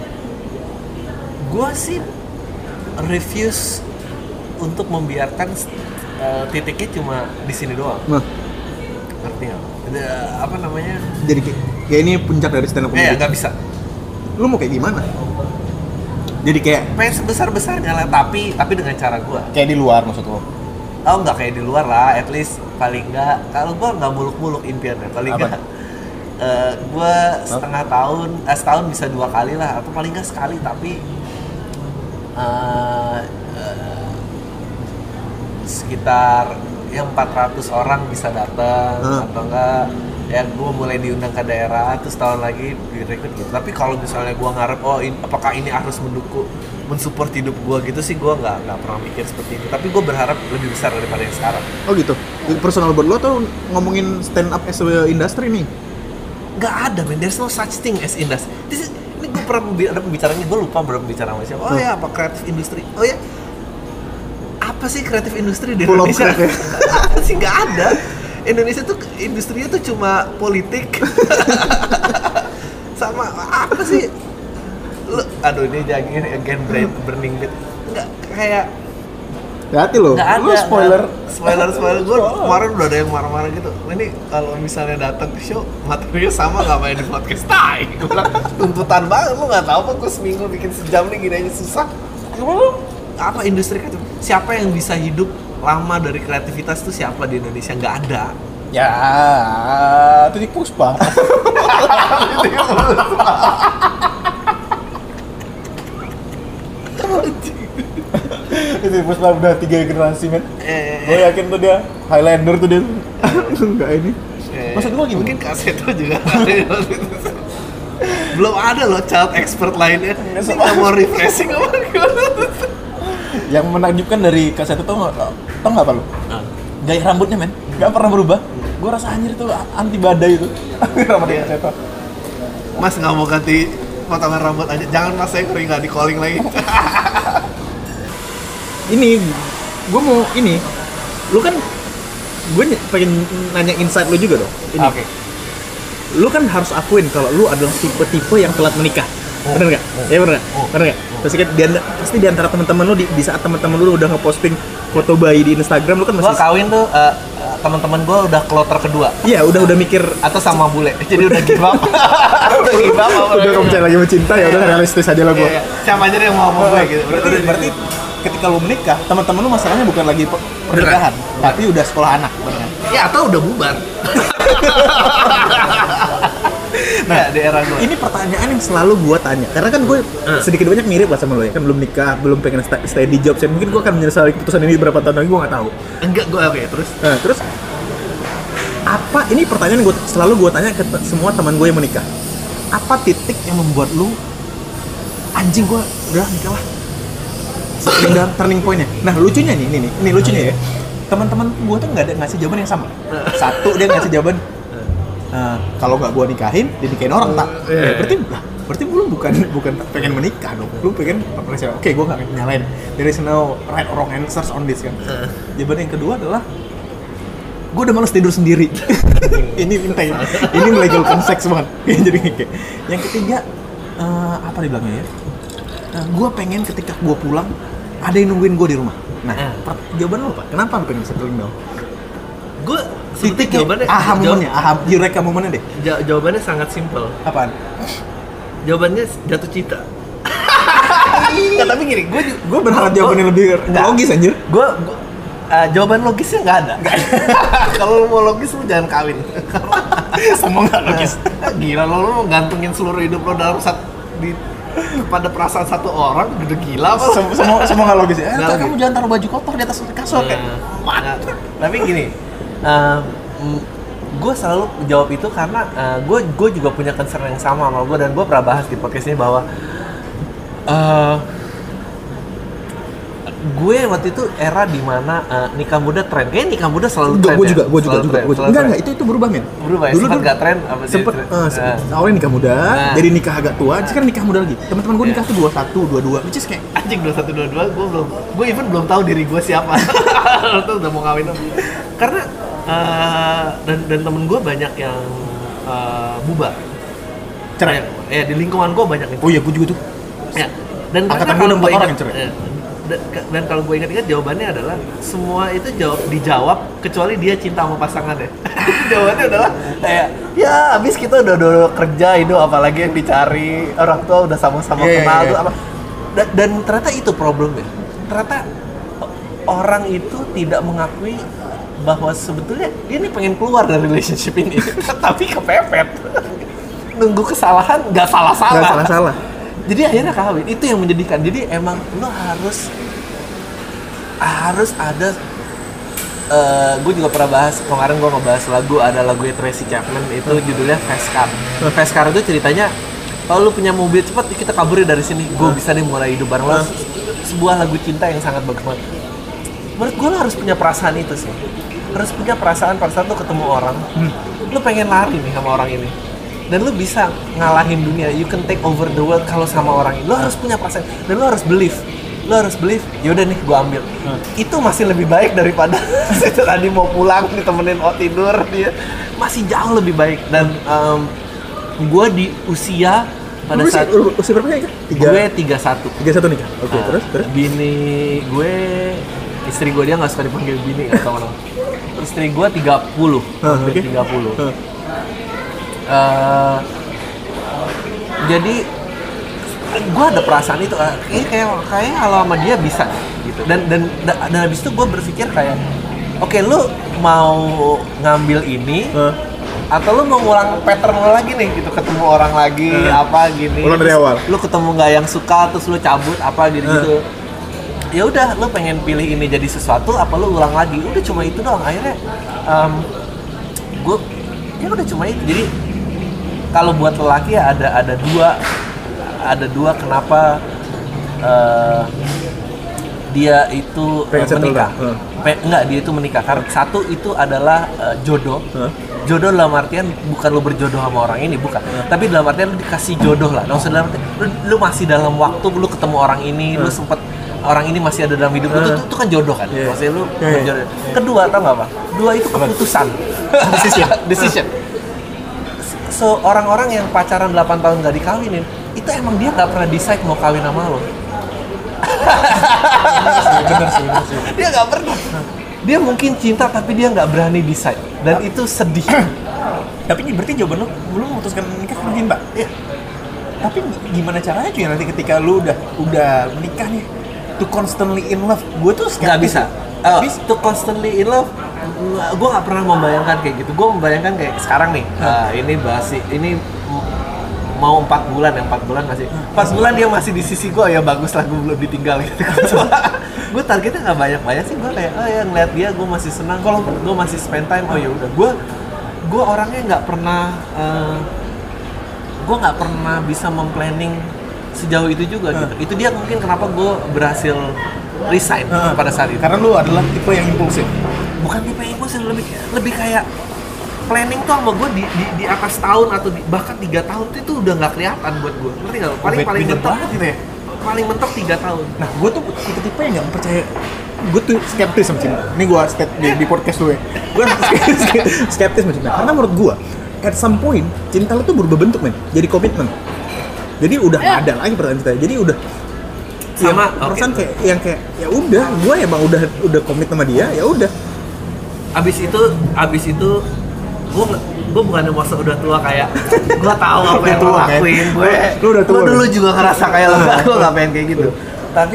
Gue sih refuse untuk membiarkan titiknya cuma di sini doang. Ngerti nggak? Apa namanya? Jadi kayak ini puncak dari stand up comedy. Iya, nggak bisa. Lu mau kayak gimana? Jadi kayak pengen sebesar-besarnya lah, tapi dengan cara gue. Kayak di luar maksud lo? Oh, nggak kayak di luar lah, at least paling nggak. Kalau gue nggak muluk-muluk impiannya, paling nggak. Gue setahun bisa 2 kali lah, atau paling nggak sekali, tapi sekitar yang 400 orang bisa datang atau enggak ya gue mulai diundang ke daerah, terus tahun lagi direkrut gitu. Tapi kalau misalnya gue ngarep apakah ini harus mensupport hidup gue gitu sih, gue nggak pernah mikir seperti itu. Tapi gue berharap lebih besar daripada yang sekarang. Oh gitu. Personal buat lo atau ngomongin stand up as a industry nih? Nggak ada, man. There's no such thing as industry. Ini gue pernah ada pembicaranya, gue lupa berapa bicara sama siapa. Oh ya, apa kreatif industri? Oh ya, apa sih kreatif industri di Indonesia? Apa sih, nggak ada. Indonesia tuh industrinya tuh cuma politik sama apa sih? Aduh, ini jadi again burning bit. Nggak kayak. Hati lo. Nggak ada. Lu spoiler. Gue kemarin udah ada yang marah-marah gitu. Ini kalau misalnya datang ke show materinya sama nggak main di podcast. Gue bilang tuntutan banget, lu nggak tahu apa gue seminggu bikin sejam nih gini aja susah. Apa industri kreatif? Siapa yang bisa hidup lama dari kreativitas tuh siapa di Indonesia? Nggak ada. Ya, Titik Puspa. Titik Puspa udah 3 generasi men. Gue yakin tuh dia Highlander tuh dia. Enggak ini. Maksud gue gimana? Mungkin Kaseto juga ada. Belum ada loh child expert lainnya. Ini nggak mau refreshing apa gimana? Yang menakjubkan dari Kaseto tau nggak apa lu? Gaya rambutnya men, nggak pernah berubah. Gue rasa anjir tuh anti badai itu. Rambutnya Kaseto. Mas nggak mau ganti potongan rambut aja, jangan mas saya kering nggak di calling lagi. Ini, gue mau ini, lu kan, gue pengen nanya insight lu juga dong. Oke. Lu kan harus akuin kalau lu adalah tipe-tipe yang telat menikah. Bener nggak? Ya bener nggak? Bener nggak? Terus kan pasti di antara teman-teman lu di saat teman-teman lu udah ngeposting foto bayi di Instagram, lu kan masih. Gua kawin tuh teman-teman gue udah kloter kedua. Iya, udah mikir Atau sama bule, jadi udah give up. Udah give up. udah kamu percaya lagi mencinta ya udah realistis aja lah gue. Iya, siapa aja yang mau gue gitu. Berarti ketika lu menikah, teman-teman lu masalahnya bukan lagi pernikahan, tapi udah sekolah anak, benar. Ya atau udah bubar. Nah, di era gue. Ini pertanyaan yang selalu gue tanya, karena kan gue sedikit banyak mirip lah sama lo ya, kan belum nikah, belum pengen stay di job, saya mungkin gue akan menyesali keputusan ini berapa tahun lagi gue nggak tahu. Enggak, gue oke, terus. Terus apa? Ini pertanyaan selalu gue tanya ke semua teman gue yang menikah. Apa titik yang membuat lu anjing gue udah nikah lah? Turning point-nya. Nah lucunya nih, ini lucunya ya. Teman-teman gue tuh nggak ada ngasih jawaban yang sama. Satu dia ngasih jawaban. Kalau nggak gua nikahin, dinikahin orang tak? Berarti lu bukan pengen menikah dong. Lu pengen oke, gua nggak nyalain. There is no right or wrong answers on this kan. Jawaban yang kedua adalah gua udah malas tidur sendiri. ini melegalkan seks banget. Jadi kayak yang ketiga apa dibilangnya ya? Gua pengen ketika gua pulang ada yang nungguin gua di rumah. Nah, jawaban lu apa? Kenapa lu pengen settling down? Gue titik jawabannya eureka momennya deh. Jawabannya sangat simpel. Apaan? Jawabannya jatuh cinta. Nggak, tapi gini, gue berharap jawabannya lebih logis anjir. Jawaban logisnya nggak ada. Kalau mau logis lu jangan kawin. Semua nggak logis. Gila lo gantungin seluruh hidup lo dalam pada perasaan satu orang, udah gila apa? Semua nggak logis ya. Kamu jangan taruh baju kotor di atas kasur kan. Tapi gini, gue selalu jawab itu karena gue juga punya concern yang sama gue, dan gue pernah bahas di podcast ini bahwa gue waktu itu era dimana nikah muda tren. Kayaknya nikah muda selalu tren. Gue juga. Enggak, itu berubah men. Berubah ya, sempat nggak tren. Awalnya nikah muda, jadi nikah agak tua, sekarang nikah muda lagi. Teman-teman gue nikah tuh 21, 22, which is kayak anjing 21, 22, gue belum tahu diri gue siapa. Itu udah mau kawin karena dan temen gue banyak yang bubar. Cerai. Ya di lingkungan gue banyak itu. Oh iya, gue juga tuh. Ya. Dan angkatan gue 4 orang yang cerai. Dan kalau gue ingat jawabannya adalah semua itu dijawab kecuali dia cinta sama pasangannya. Jawabannya adalah kayak ya abis kita udah kerja itu apalagi yang dicari, orang tua udah sama-sama kenal tuh apa. Dan ternyata itu problemnya. Ternyata orang itu tidak mengakui bahwa sebetulnya dia ini pengen keluar dari relationship ini, tapi kepepet. Nunggu kesalahan nggak salah. Jadi akhirnya kawin, itu yang menjadikan. Jadi emang lo harus ada. Gue juga pernah bahas kemarin, gue ngebahas ada lagu Tracy Chapman itu judulnya Fast Car. Fast Car itu ceritanya kalau lo punya mobil cepat, kita kabur dari sini. Gue bisa nih mulai hidup bareng lo. Sebuah lagu cinta yang sangat bagus banget. Menurut gue lo harus punya perasaan itu sih. Harus punya perasaan pada saat lo ketemu orang, lo pengen lari nih sama orang ini. Dan lu bisa ngalahin dunia, you can take over the world kalau sama orang ini. Lu harus punya perasaan, dan lu harus believe, yaudah nih gua ambil. Itu masih lebih baik daripada tadi mau pulang ditemenin tidur dia, masih jauh lebih baik. Dan gua di usia pada saat usia berapa ya? Gue 31 nikah. Oke, terus bini gue, istri gue, dia nggak suka dipanggil bini atau orang. Istri gue 30. Jadi gue ada perasaan itu kayak kalau sama dia bisa gitu. Dan habis itu gue berpikir kayak oke, lu mau ngambil ini atau lu mau ngulang pattern lu lagi nih gitu, ketemu orang lagi apa gini, ulang dari awal. Lu ketemu nggak yang suka terus lu cabut apa gitu. Ya udah, lu pengen pilih ini jadi sesuatu apa lu ulang lagi, udah cuma itu doang. Akhirnya gue ya udah cuma itu. Jadi kalau buat lelaki ya ada dua kenapa dia itu menikah. Dia itu menikah karena satu itu adalah jodoh. Jodoh dalam artian bukan lu berjodoh sama orang ini, bukan. Tapi dalam artian lu dikasih jodoh lah. Maksudnya dalam artian lu masih dalam waktu lu ketemu orang ini, lu sempet orang ini masih ada dalam hidup lu, itu kan jodoh kan. Maksudnya lu berjodoh. Kedua, tau nggak apa? Dua itu keputusan. Decision. So, orang-orang yang pacaran 8 tahun gak dikawinin, itu emang dia gak pernah decide mau kawin sama lo. Bener sih. Dia gak pernah. Dia mungkin cinta tapi dia nggak berani decide dan itu sedih. Tapi berarti jawaban lu memutuskan menikah karena cinta? Iya. Tapi gimana caranya cuy nanti ketika lu udah menikah nih, to constantly in love? Gue tuh Nggak bisa. To constantly in love, gue nggak pernah membayangkan kayak gitu. Gue membayangkan kayak sekarang nih, ini mau 4 bulan ya, 4 bulan masih 4 bulan dia masih di sisi gue, ya bagus lah gue belum ditinggal gitu. Gue targetnya nggak banyak sih, gue kayak ya ngeliat dia gue masih senang, kalau gue masih spend time, ya udah. Gue orangnya nggak pernah gue nggak pernah bisa memplanning sejauh itu juga gitu. Itu dia mungkin kenapa gue berhasil resign pada saat itu. Karena lu adalah tipe yang impulsif. Bukan tipe yang impulsif, lebih kayak planning tuh sama gue di atas tahun atau bahkan 3 tahun itu udah nggak kelihatan buat gue. Ngerti nggak? Paling mentok gitu ya. Paling mentok 3 tahun. Nah, gue tuh tipe yang nggak percaya. Gue tuh skeptis sama cinta. Ini gue state di podcast gue. Gue skeptis sama cinta. Karena menurut gue, at some point cinta lu tuh berubah bentuk, men. Jadi komitmen. Jadi udah nggak ada lagi perasaan cinta. Jadi udah sama perasaan kayak ya udah, gue emang udah komit sama dia, ya udah. Abis itu gue bukannya masa udah tua kayak gue tahu apa yang lo lakuin, gue dulu juga ngerasa kayak lo, gue nggak pengen kayak gitu. Tapi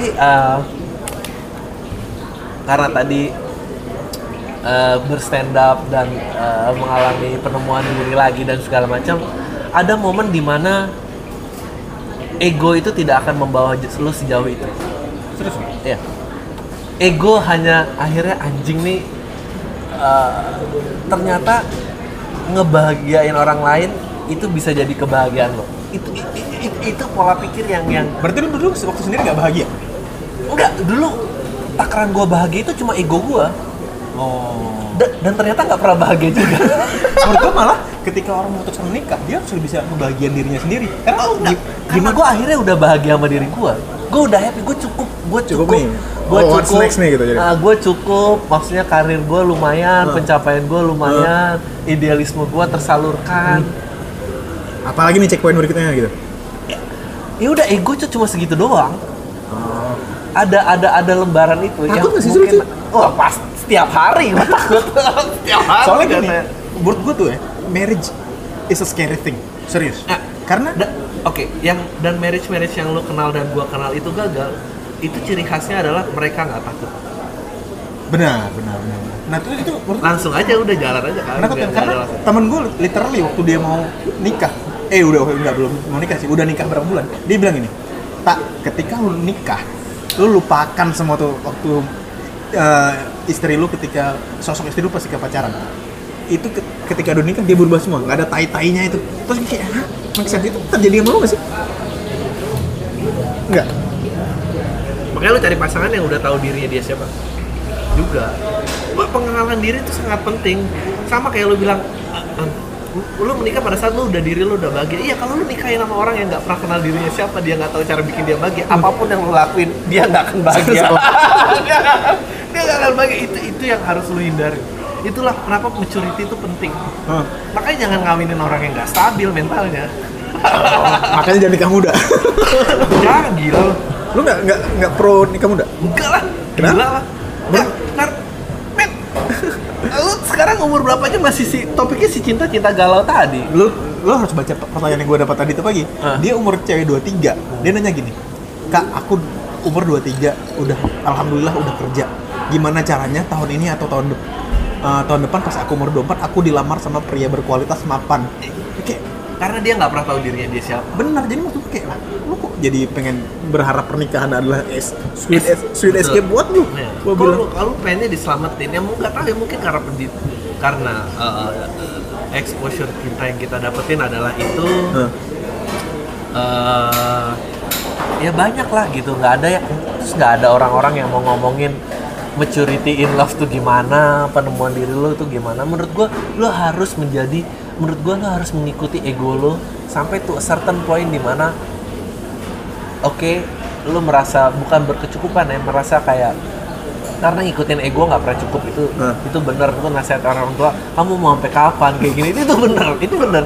karena tadi berstand up dan mengalami penemuan diri lagi dan segala macam, ada momen dimana ego itu tidak akan membawa lo sejauh itu. Serius? Iya. Ego hanya akhirnya anjing nih, ternyata ngebahagiain orang lain itu bisa jadi kebahagiaan lo. Itu pola pikir yang berarti lu dulu waktu sendiri nggak bahagia? Enggak, dulu takaran gue bahagia itu cuma ego gue. Oh. Dan ternyata nggak pernah bahagia juga. Menurut gue malah ketika orang memutuskan menikah, dia harus bisa membahagiain dirinya sendiri. Karena gue akhirnya udah bahagia sama diri gue. Gue udah happy, gue cukup. What's next nih gitu jadi. Gue cukup, maksudnya karir gue lumayan, pencapaian gue lumayan, idealisme gue tersalurkan. Apalagi nih checkpoint berikutnya gitu. Ya udah, ego tuh cuma segitu doang. Ada lembaran itu. Takut nggak sih mungkin, wah pas setiap hari gue takut. Setiap hari. Soalnya gini, menurut gue tuh ya, marriage is a scary thing. Serius. Nah, karena dan marriage yang lo kenal dan gua kenal itu gagal, itu ciri khasnya adalah mereka nggak takut. Benar. Nah itu langsung aja udah jalan aja kan. Karena temen gue literally waktu dia mau nikah, belum mau nikah sih, udah nikah berapa bulan, dia bilang gini, tak, ketika lu nikah, lu lupakan semua tuh waktu istri lu, ketika sosok istri lu pas ketika pacaran. Itu ketika udah nikah dia berubah semua, nggak ada tai-tainya itu. Terus kayak, maksud itu terjadi sama lu nggak sih? Nggak. Makanya lu cari pasangan yang udah tahu dirinya dia siapa. Juga. Pengenalan diri itu sangat penting. Sama kayak lu bilang, lu menikah pada saat lu udah diri lu udah bahagia. Iya, kalau lu nikahin sama orang yang nggak pernah kenal dirinya siapa, dia nggak tahu cara bikin dia bahagia, apapun yang lu lakuin dia nggak akan bahagia. Dia nggak akan bahagia. Itu yang harus lu hindari. Itulah kenapa maturity itu penting. Makanya jangan ngawinin orang yang nggak stabil mentalnya. Makanya jangan nikah muda. Ya gila. Lu nggak pro nikah muda? Enggak lah. Kenapa? Gila lah. Men, lu sekarang umur berapa aja masih topiknya si cinta galau tadi. Lu harus baca pertanyaan yang gue dapat tadi itu pagi. Dia umur cewek 23. Dia nanya gini, "Kak, aku umur 23 udah alhamdulillah udah kerja. Gimana caranya tahun ini atau tahun depan pas aku umur 24 aku dilamar sama pria berkualitas mapan?" Kayak karena dia nggak pernah tahu dirinya dia siapa. Benar, jadi maksud kayak lu kok jadi pengen berharap pernikahan adalah sweet escape buat lu. Kalau pengennya diselamatin, ya nggak tahu ya, mungkin karena exposure kita yang kita dapetin adalah itu. Ya banyak lah gitu, nggak ada orang-orang yang mau ngomongin maturity in love tuh gimana, penemuan diri lo tuh gimana. Menurut gue lo harus mengikuti ego lo sampai tuh a certain point di mana lo merasa bukan berkecukupan ya, merasa kayak karena ngikutin ego nggak pernah cukup, itu bener. Itu nasihat orang tua, kamu mau sampai kapan kayak gini, itu bener.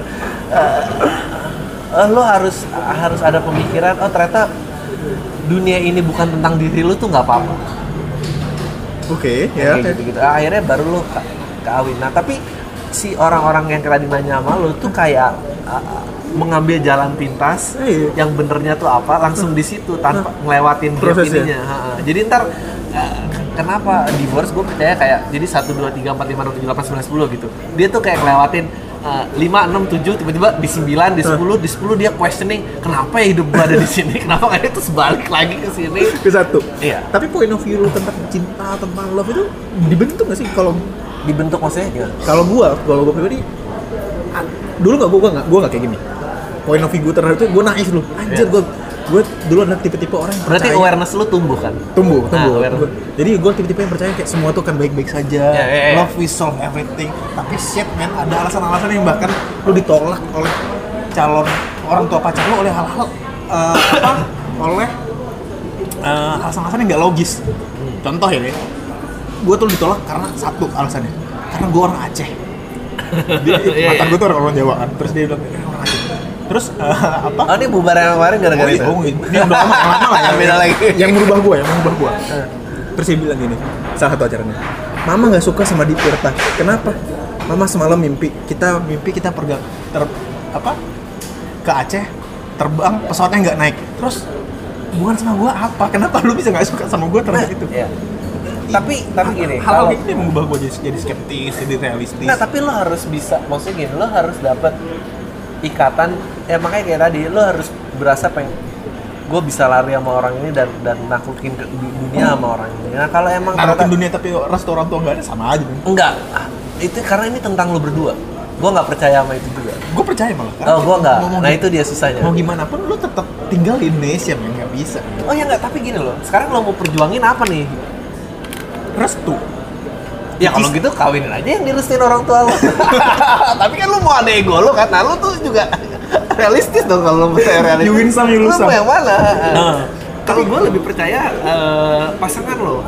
Lo harus ada pemikiran, ternyata dunia ini bukan tentang diri lo tuh nggak apa-apa. Oke, ya. Kayak gitu-gitu. Akhirnya baru lo kawin. Nah tapi si orang-orang yang tadi nanya sama lo tuh kayak mengambil jalan pintas yang benernya tuh apa langsung di situ tanpa ngelewatin gap ininya. Jadi ntar kenapa divorce gue percaya kayak jadi 1, 2, 3, 4, 5, 6, 7, 8, 9, 10 gitu. Dia tuh kayak ngelewatin 5, 6, 7 tiba-tiba di 9, di 10 dia questioning kenapa ya hidup gue ada di sini, kenapa nggak itu sebalik lagi ke sini ke satu. Iya. Tapi point of view lu tentang cinta, tentang love itu dibentuk nggak sih? Kalau dibentuk maksudnya gimana? Kalau gue pribadi dulu gue nggak kayak gini. Point of view gue terhadap itu gue naif dulu. Anjir gue dulu ada tipe-tipe orang yang berarti percaya. awareness lu tumbuh kan? Tumbuh. Jadi gue tipe-tipe yang percaya kayak semua tuh kan baik-baik saja. Love will solve everything. Tapi shit man, ada alasan-alasan yang bahkan lu ditolak oleh calon orang tua pacar lu oleh hal-hal alasan-alasan yang nggak logis. Contoh ya, gue tuh ditolak karena satu alasannya, karena gue orang Aceh. Mantan gue tuh orang Jawa kan, terus dia bilang orang Aceh. Terus apa? Oh ini bubar yang kemarin gara-gara itu? Ini udah lama lah ya. Beda lagi. Yang merubah gue. Terus dia bilang gini, salah satu acaranya, Mama nggak suka sama Ditirta. Kenapa? Mama semalam mimpi kita pergi ke Aceh, terbang, pesawatnya nggak naik. Terus hubungan sama gue apa? Kenapa lu bisa nggak suka sama gue terhadap itu? Iya. Tapi gini, hal-hal ini mengubah gue jadi skeptis, jadi realistis. Nah tapi lo harus bisa, maksudnya gini, lo harus dapat ikatan, ya makanya kayak tadi, lo harus berasa gue bisa lari sama orang ini dan naklukin dunia sama orang ini. Nah kalau emang naklukin dunia tapi restoran tuh nggak ada, sama aja kan? Enggak, itu karena ini tentang lo berdua. Gue nggak percaya sama itu juga. Gue percaya malah. Oh gue nggak. Nah itu dia susahnya. Mau gimana pun lo tetap tinggal di Indonesia, men, nggak bisa. Oh ya nggak, tapi gini loh. Sekarang lo mau perjuangin apa nih? Restu. Ya kalau gitu kawinin aja yang direstuin orang tua lo. Tapi kan lo mau ada ego lo kan, nah lo tuh juga realistis dong kalau lo percaya realistis. You win some, you lose some. Lo mau yang mana? Kalau gue lebih percaya pasangan lo,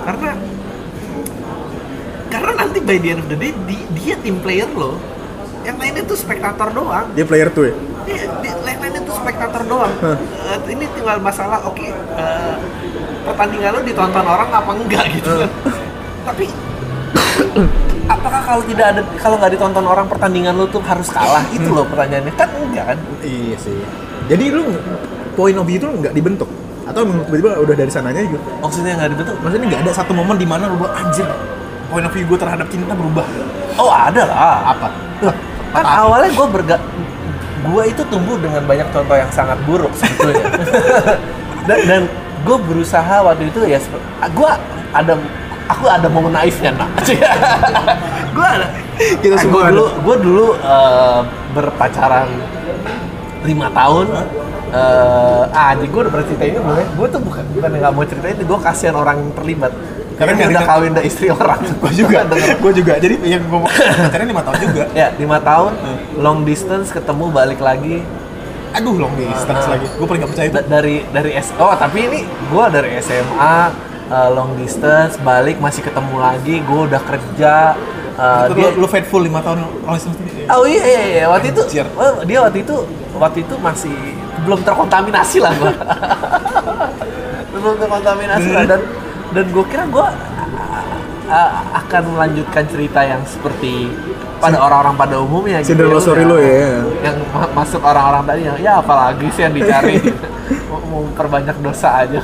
karena nanti by the end of the day dia tim player lo, yang lainnya tuh spektator doang. Dia player tuh ya? Yang lainnya tuh spektator doang. Ini tinggal masalah, pertandingan lo ditonton orang apa enggak gitu kan. Tapi apakah kalau nggak ditonton orang pertandingan lu tuh harus kalah? Itu loh pertanyaannya. Kan enggak kan? Iya sih. Jadi lu point of view itu nggak dibentuk? Atau tiba-tiba udah dari sananya gitu? Maksudnya nggak dibentuk? Maksudnya nggak ada satu momen di mana lu bilang anjir point of view gue terhadap cinta berubah? Oh ada lah. Apa? Kan awalnya gue itu tumbuh dengan banyak contoh yang sangat buruk sebetulnya. dan gue berusaha waktu itu ya, aku ada momen naifnya nak. Gue dulu berpacaran 5 tahun. Jadi gue udah bercerita ini boleh. Gue tuh bukan nggak mau cerita itu. Gue kasihan orang yang terlibat. Karena dia udah kawin dengan istri orang. Gue juga. Jadi yang gue mau pacaran 5 tahun juga. Ya 5 tahun. Long distance ketemu balik lagi. Aduh long distance lagi. Gue paling nggak percaya itu. Tapi ini gue dari SMA. Long distance, balik masih ketemu lagi, gue udah kerja. Lu faithful 5 tahun long distance? Oh iya, waktu itu masih belum terkontaminasi lah gue. Belum terkontaminasi lah, dan gue kira gue akan melanjutkan cerita yang seperti pada orang-orang pada umumnya gitu. Cinderella story lo ya. Yang masuk orang-orang tadi yang ya apalagi sih yang dicari. Mau perbanyak dosa aja.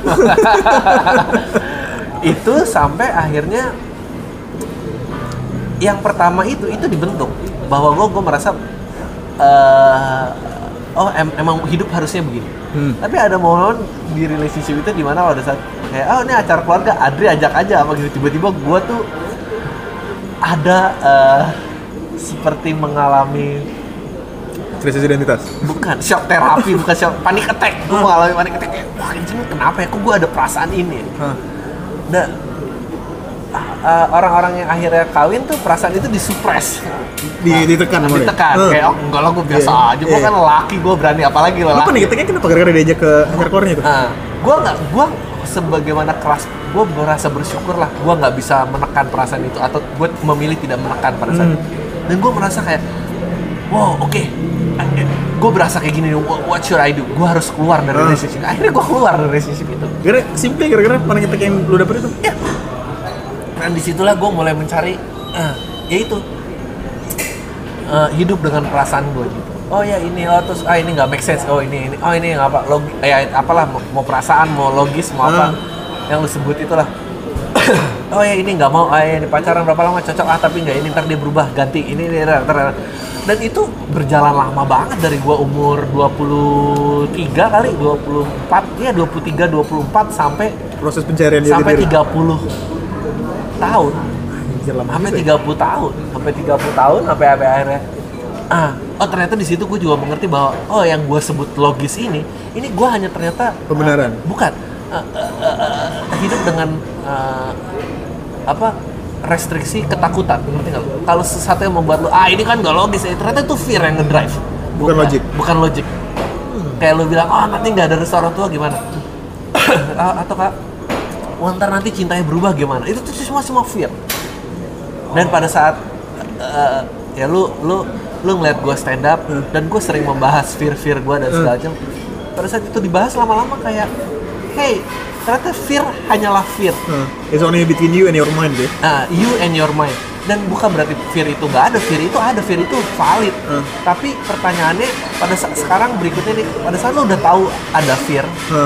Itu sampai akhirnya yang pertama itu dibentuk bahwa gue merasa emang hidup harusnya begini. Tapi ada momen di relationship itu dimana pada saat kayak ini acara keluarga, Adri ajak aja apa gitu, tiba-tiba gue tuh ada seperti mengalami krisis identitas? Bukan, shock terapi, bukan shock, panic attack. Gue mengalami panic attack, wah ini kenapa ya, kok gue ada perasaan ini? Nah, orang-orang yang akhirnya kawin tuh perasaan itu disupres, ditekan kayak enggak lah gue biasa aja, gue kan lelaki, gue berani apalagi lelaki. Lu panic attack-nya kenapa? Gara-gara diajak ke acara keluarnya itu? Gue sebagaimana keras, gue merasa bersyukur lah, gue nggak bisa menekan perasaan itu atau gue memilih tidak menekan pada saat itu. Dan gue merasa kayak wow, oke. Gue berasa kayak gini, what should I do? Gue harus keluar dari relationship. Akhirnya gue keluar dari relationship itu. Gara-gara panic attack yang lu dapet itu? Ya. Dan disitulah gue mulai mencari yaitu hidup dengan perasaan gue gitu. Oh ya ini, terus ini nggak make sense. Oh ini nggak apa apalah, mau perasaan, mau logis, mau apa yang lu sebut itulah. Oh ya ini nggak mau, ini pacaran berapa lama cocok, tapi nggak, ini ntar dia berubah, ganti ini dan itu berjalan lama banget dari gua umur 23 kali, 24 ya 23 24 sampai proses pencarian sampai 30 tahun. Sampai 30 tahun, sampai akhirnya ternyata di situ gue juga mengerti bahwa yang gue sebut logis ini gue hanya ternyata pembenaran. Bukan hidup dengan restriksi ketakutan, ngerti nggak? Kalau sesuatu yang membuat lo ini kan nggak logis, ternyata itu fear yang ngedrive, bukan logik. Kayak lo bilang nanti nggak ada restoran tua gimana? Atau kak, ntar nanti cintanya berubah gimana? Itu tuh semua fear. Dan pada saat ya lu ngeliat gue stand up dan gue sering membahas fear gue dan segala macam. Pada saat itu dibahas lama-lama kayak, hey, ternyata fear hanyalah fear. It's only between you and your mind, ya. You and your mind. Dan bukan berarti fear itu nggak ada, fear itu ada, fear itu valid. Tapi pertanyaannya pada saat sekarang berikutnya nih, pada saat lu udah tahu ada fear,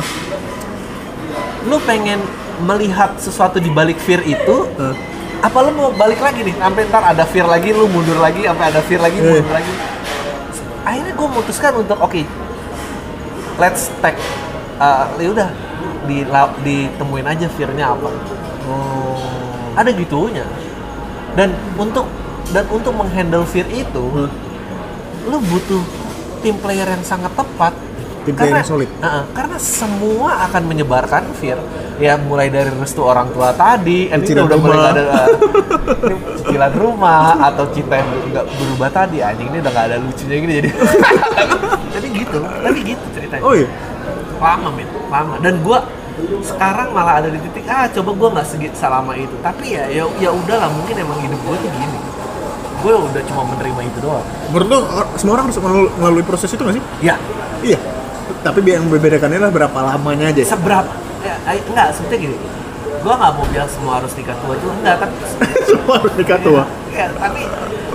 lu pengen melihat sesuatu di balik fear itu. Apa lu mau balik lagi nih, sampai ntar ada fear lagi, lu mundur lagi, sampai ada fear lagi, mundur lagi. Akhirnya gue memutuskan untuk let's take, udah ditemuin aja fear-nya apa. Ada gitunya. Dan untuk menghandle fear itu, lu butuh tim player yang sangat tepat. Tim player yang solid. Karena semua akan menyebarkan fear. Ya mulai dari restu orang tua tadi, ini udah mulai nggak ada cicilan rumah atau cinta yang nggak berubah tadi, anjing ini udah nggak ada lucunya gini jadi. Tadi gitu ceritanya. Oh iya. Lama. Dan gue sekarang malah ada di titik coba gue nggak selama itu. Tapi ya udahlah, mungkin emang hidup gue tuh gini. Gue udah cuma menerima itu doang. Menurut lo semua orang harus melalui proses itu nggak sih? Iya. Tapi yang membedakannya adalah berapa lamanya aja. Enggak, sebetulnya gini. Gua nggak mau bilang semua harus nikah tua itu, enggak, tapi semua harus nikah tua. Ya, tapi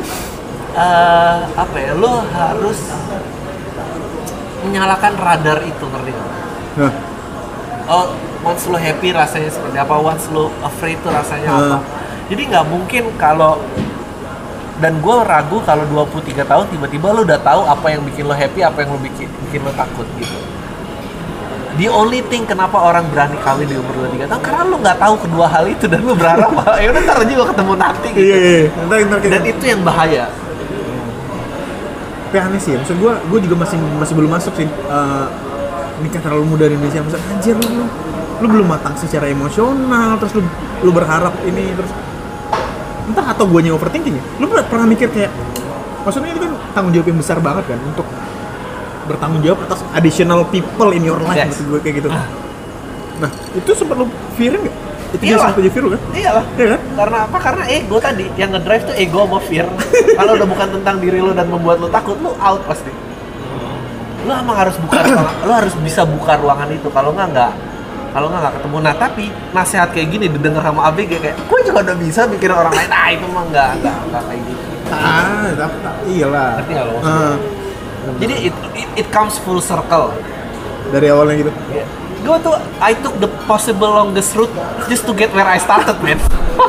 lo harus menyalakan radar itu, ngerti nggak? Once lo happy rasanya seperti apa, once lo afraid tuh rasanya apa. Jadi nggak mungkin kalau, dan gue ragu kalau 23 tahun tiba-tiba lo udah tahu apa yang bikin lo happy, apa yang lo bikin lo takut gitu. The only thing kenapa orang berani kawin di umur 23 tahun karena lu nggak tahu kedua hal itu dan lu berharap ya udah ntar juga ketemu nanti gitu. Iya. Dan itu yang bahaya. Tapi aneh sih, maksud gue juga masih belum masuk sih nikah terlalu muda di Indonesia. Maksud anjir lu belum matang secara emosional, terus lu berharap ini terus entah atau guanya overthinking ya. Lu pernah mikir kayak, maksudnya itu kan tanggung jawab yang besar banget kan untuk bertanggung jawab atas additional people in your life, maksud gue kayak gitu. Nah, itu sempat lu fearing nggak? Itu dia sempat jadi fear lu kan? Iyalah. Iya kan? Karena apa? Karena ego tadi, yang ngedrive tuh ego sama fear. Kalau udah bukan tentang diri lu dan membuat lu takut, lu out pasti. Lu emang harus lu harus bisa buka ruangan itu. Kalau nggak ketemu. Nah, tapi nasihat kayak gini didengar sama ABG kayak, gue juga udah bisa bikin orang lain. Itu mah nggak kayak gitu. Iyalah. Ngerti nggak lo maksudnya? Jadi it comes full circle dari awalnya gitu. Gue tuh I took the possible longest route just to get where I started, man.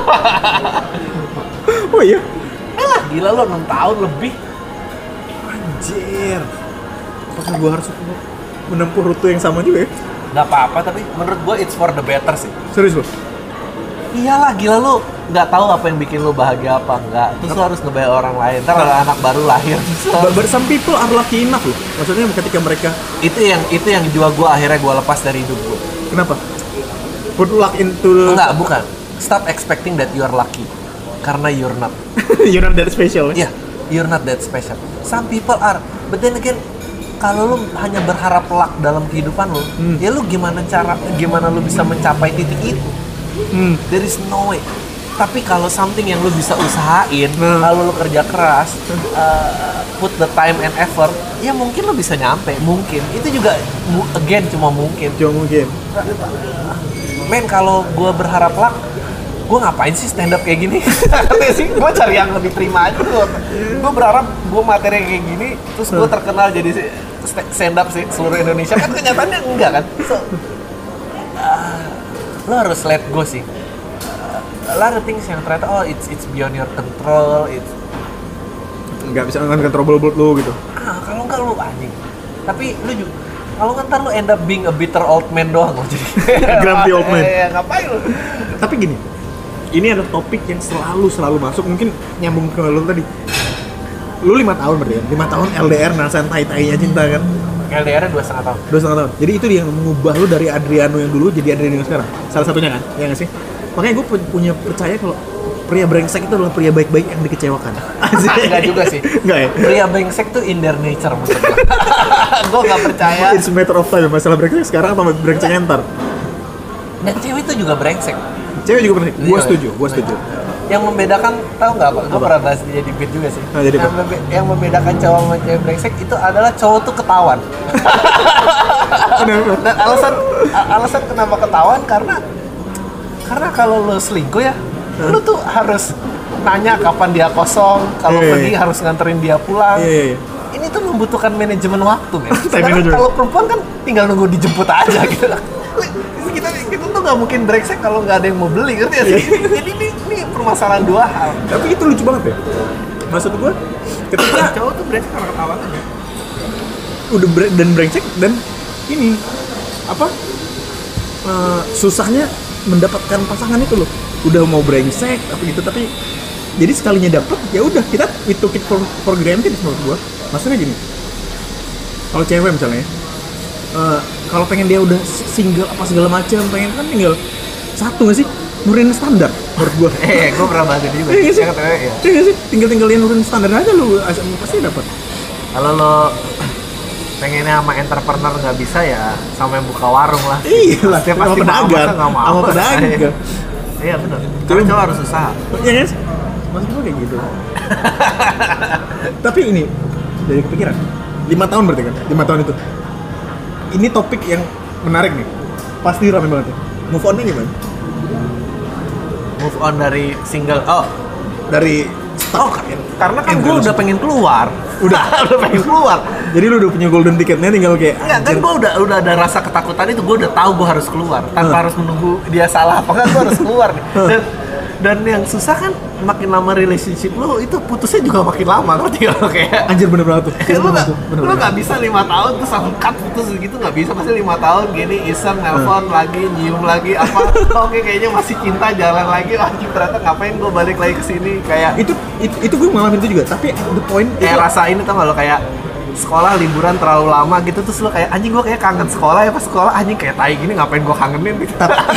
Oh iya? Gila lo 6 tahun lebih. Anjir. Apakah gue harus menempuh rute yang sama juga ya? Gak apa-apa, tapi menurut gue it's for the better sih. Serius lo? Iyalah, gila lo nggak tahu apa yang bikin lo bahagia apa enggak. Terus lo harus ngebayar orang lain. Ntar ada anak baru lahir. But some people are lucky enough loh. Maksudnya ketika mereka itu yang juga gue akhirnya gue lepas dari hidup gue. Kenapa? Put luck into enggak, bukan. Stop expecting that you are lucky. Karena you're not. You're not that special. Yeah, you're not that special. Some people are. But then again, kalau lo hanya berharap luck dalam kehidupan lo, ya lo gimana lo bisa mencapai titik itu? There is no way. Tapi kalau something yang lu bisa usahain, kalau lu kerja keras, put the time and effort, ya mungkin lu bisa nyampe, mungkin. Itu juga cuma mungkin. Men, kalau gua berharap luck, gue ngapain sih stand up kayak gini? Katanya sih, gue cari yang lebih terima aja tuh. Gue berharap gue materi kayak gini, terus gue terkenal jadi stand up sih seluruh Indonesia. Kan kenyataannya enggak kan? So, lo harus let go sih. A lot of things yang ternyata it's beyond your control, it's nggak bisa ngontrol buat lu gitu. Kalau nggak lu anjing. Tapi lu juga kalau ntar lu end up being a bitter old man doang lo jadi. Grumpy old man. Ngapain lu? Tapi gini, ini ada topik yang selalu masuk, mungkin nyambung ke lu tadi. Lu 5 tahun berarti kan? 5 tahun LDR ngerasain tai-tainya cinta kan? LDR-nya 2,5 tahun. 2,5 tahun. Jadi itu yang mengubah lu dari Adriano yang dulu jadi Adriano yang sekarang. Salah satunya kan? Ya nggak sih? Makanya gue punya percaya kalau pria brengsek itu adalah pria baik-baik yang dikecewakan. Enggak juga sih. Enggak ya? Pria brengsek tuh in their nature menurut gue. Gue nggak percaya. It's a matter of time. Masalah brengsek sekarang atau brengseknya ntar? Dan cewek itu juga brengsek. Cewek juga brengsek. Gue setuju. Yang membedakan, tahu nggak apa? Gue pernah bahas jadi beat juga sih. Jadi yang membedakan cowok sama cewek brengsek itu adalah cowok tuh ketahuan. Dan alasan kenapa ketahuan karena kalau lo selingkuh ya, lo tuh harus nanya kapan dia kosong, kalau pergi harus nganterin dia pulang. Ini tuh membutuhkan manajemen waktu, men. Sekarang kalau perempuan kan tinggal nunggu dijemput aja gitu. Kita tuh nggak mungkin brengsek kalau nggak ada yang mau beli, ngerti ya sih? Jadi ini permasalahan dua hal. Tapi itu lucu banget ya. Maksud gue, ketika cowok tuh brengsek karena ketahuan aja. Udah dan brengsek dan ini apa? Susahnya mendapatkan pasangan itu loh. Udah mau brengsek apa gitu, tapi jadi sekalinya dapet ya udah kita we took it for granted menurut gua. Maksudnya gini, kalau cewek misalnya kalau pengen dia udah single apa segala macam, pengen kan tinggal satu nggak sih, nurunin standar menurut gua. Gua pernah bahas ini juga. Iya sih, tinggal-tinggalin nurunin standar aja lu pasti dapat. Kalau lo pengennya sama entrepreneur nggak bisa ya sama yang buka warung lah. Iya lah, sama pedagang. Sama pedagang. Iya benar. Karena cowok harus usaha. Iya kan? Maksud gue kayak gitu. Tapi ini dari kepikiran 5 tahun berarti kan? 5 tahun itu. Ini topik yang menarik nih. Pasti rame banget ya. Move on-nya gimana? Move on dari single. Dari karena kan gue udah pengen keluar. Udah pengen keluar. Jadi lu udah punya golden ticketnya, tinggal kayak enggak kan gue udah ada rasa ketakutan itu, gue udah tahu gue harus keluar tanpa harus menunggu dia salah apa kan, gue harus keluar nih. Dan yang susah kan makin lama relationship lo itu putusnya juga makin lama, ngerti gak lo kayak anjir bener banget tuh. Lo nggak bisa 5 tahun terus langsung cut putus gitu, nggak bisa, pasti 5 tahun gini iseng nelpon lagi, nyium lagi apa, oke kayaknya masih cinta, jalan lagi, ternyata ngapain gue balik lagi ke sini, kayak itu gue ngalamin itu juga, tapi the point kayak rasain itu tau gak lo, kayak sekolah liburan terlalu lama gitu, terus lo kayak anjing gue kayak kangen sekolah ya, pas sekolah anjing kayak tai gini ngapain gue kangenin gitu.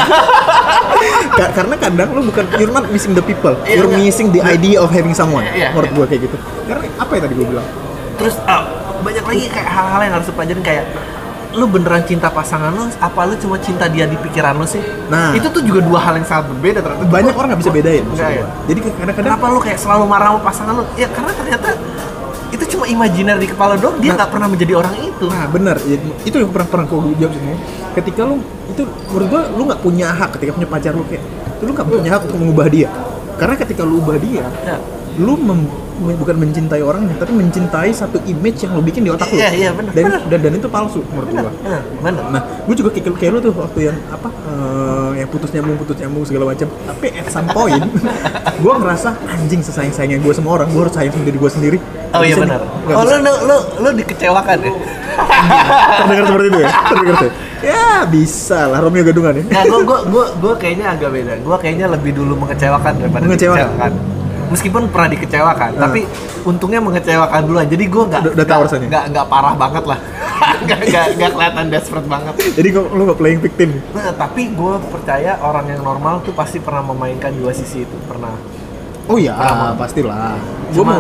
Karena kadang lo bukan, you're not missing the people, you're missing the idea of having someone. Menurut gue kayak gitu. Karena apa ya tadi gue bilang? Terus banyak lagi kayak hal-hal yang harus lo pelajarin, kayak lo beneran cinta pasangan lo, apa lo cuma cinta dia di pikiran lo sih? Nah, itu tuh juga dua hal yang sangat berbeda ternyata. Banyak orang nggak bisa bedain. Ya. Jadi kadang-kadang kenapa lo kayak selalu marah sama pasangan lo? Ya karena ternyata itu cuma imajiner di kepala doang, dia nggak pernah menjadi orang itu. Nah benar, itu yang pernah gue jawab semua. Ketika lu itu menurut gue lu nggak punya hak ketika punya pacar lu, kayak lu nggak punya hak untuk mengubah dia. Karena ketika lu ubah dia, lu bukan mencintai orangnya, tapi mencintai satu image yang lu bikin di otak lu. Iya benar. Dan itu palsu menurut gue. Benar. Nah, gue juga kayak lu tuh waktu yang apa yang putus nyambung segala macam. Tapi at some point gue ngerasa anjing, sesayang-sayangnya gue sama orang, gue harus sayang sama diri gue sendiri. Oh iya benar. Oh lu dikecewakan ya? Terdengar seperti itu ya? Terdengar tuh. Ya bisa lah, Romeo Gadungan ya. Nah, gue kayaknya agak beda. Gue kayaknya lebih dulu mengecewakan daripada dikecewakan. Meskipun pernah dikecewakan, tapi untungnya mengecewakan duluan. Jadi gue udah tahu rasanya. Nggak parah banget lah. Nggak kelihatan desperate banget. Jadi lu nggak playing victim. Nah, tapi gue percaya orang yang normal tuh pasti pernah memainkan dua sisi itu, pernah. Oh iya, pastilah. Gue mau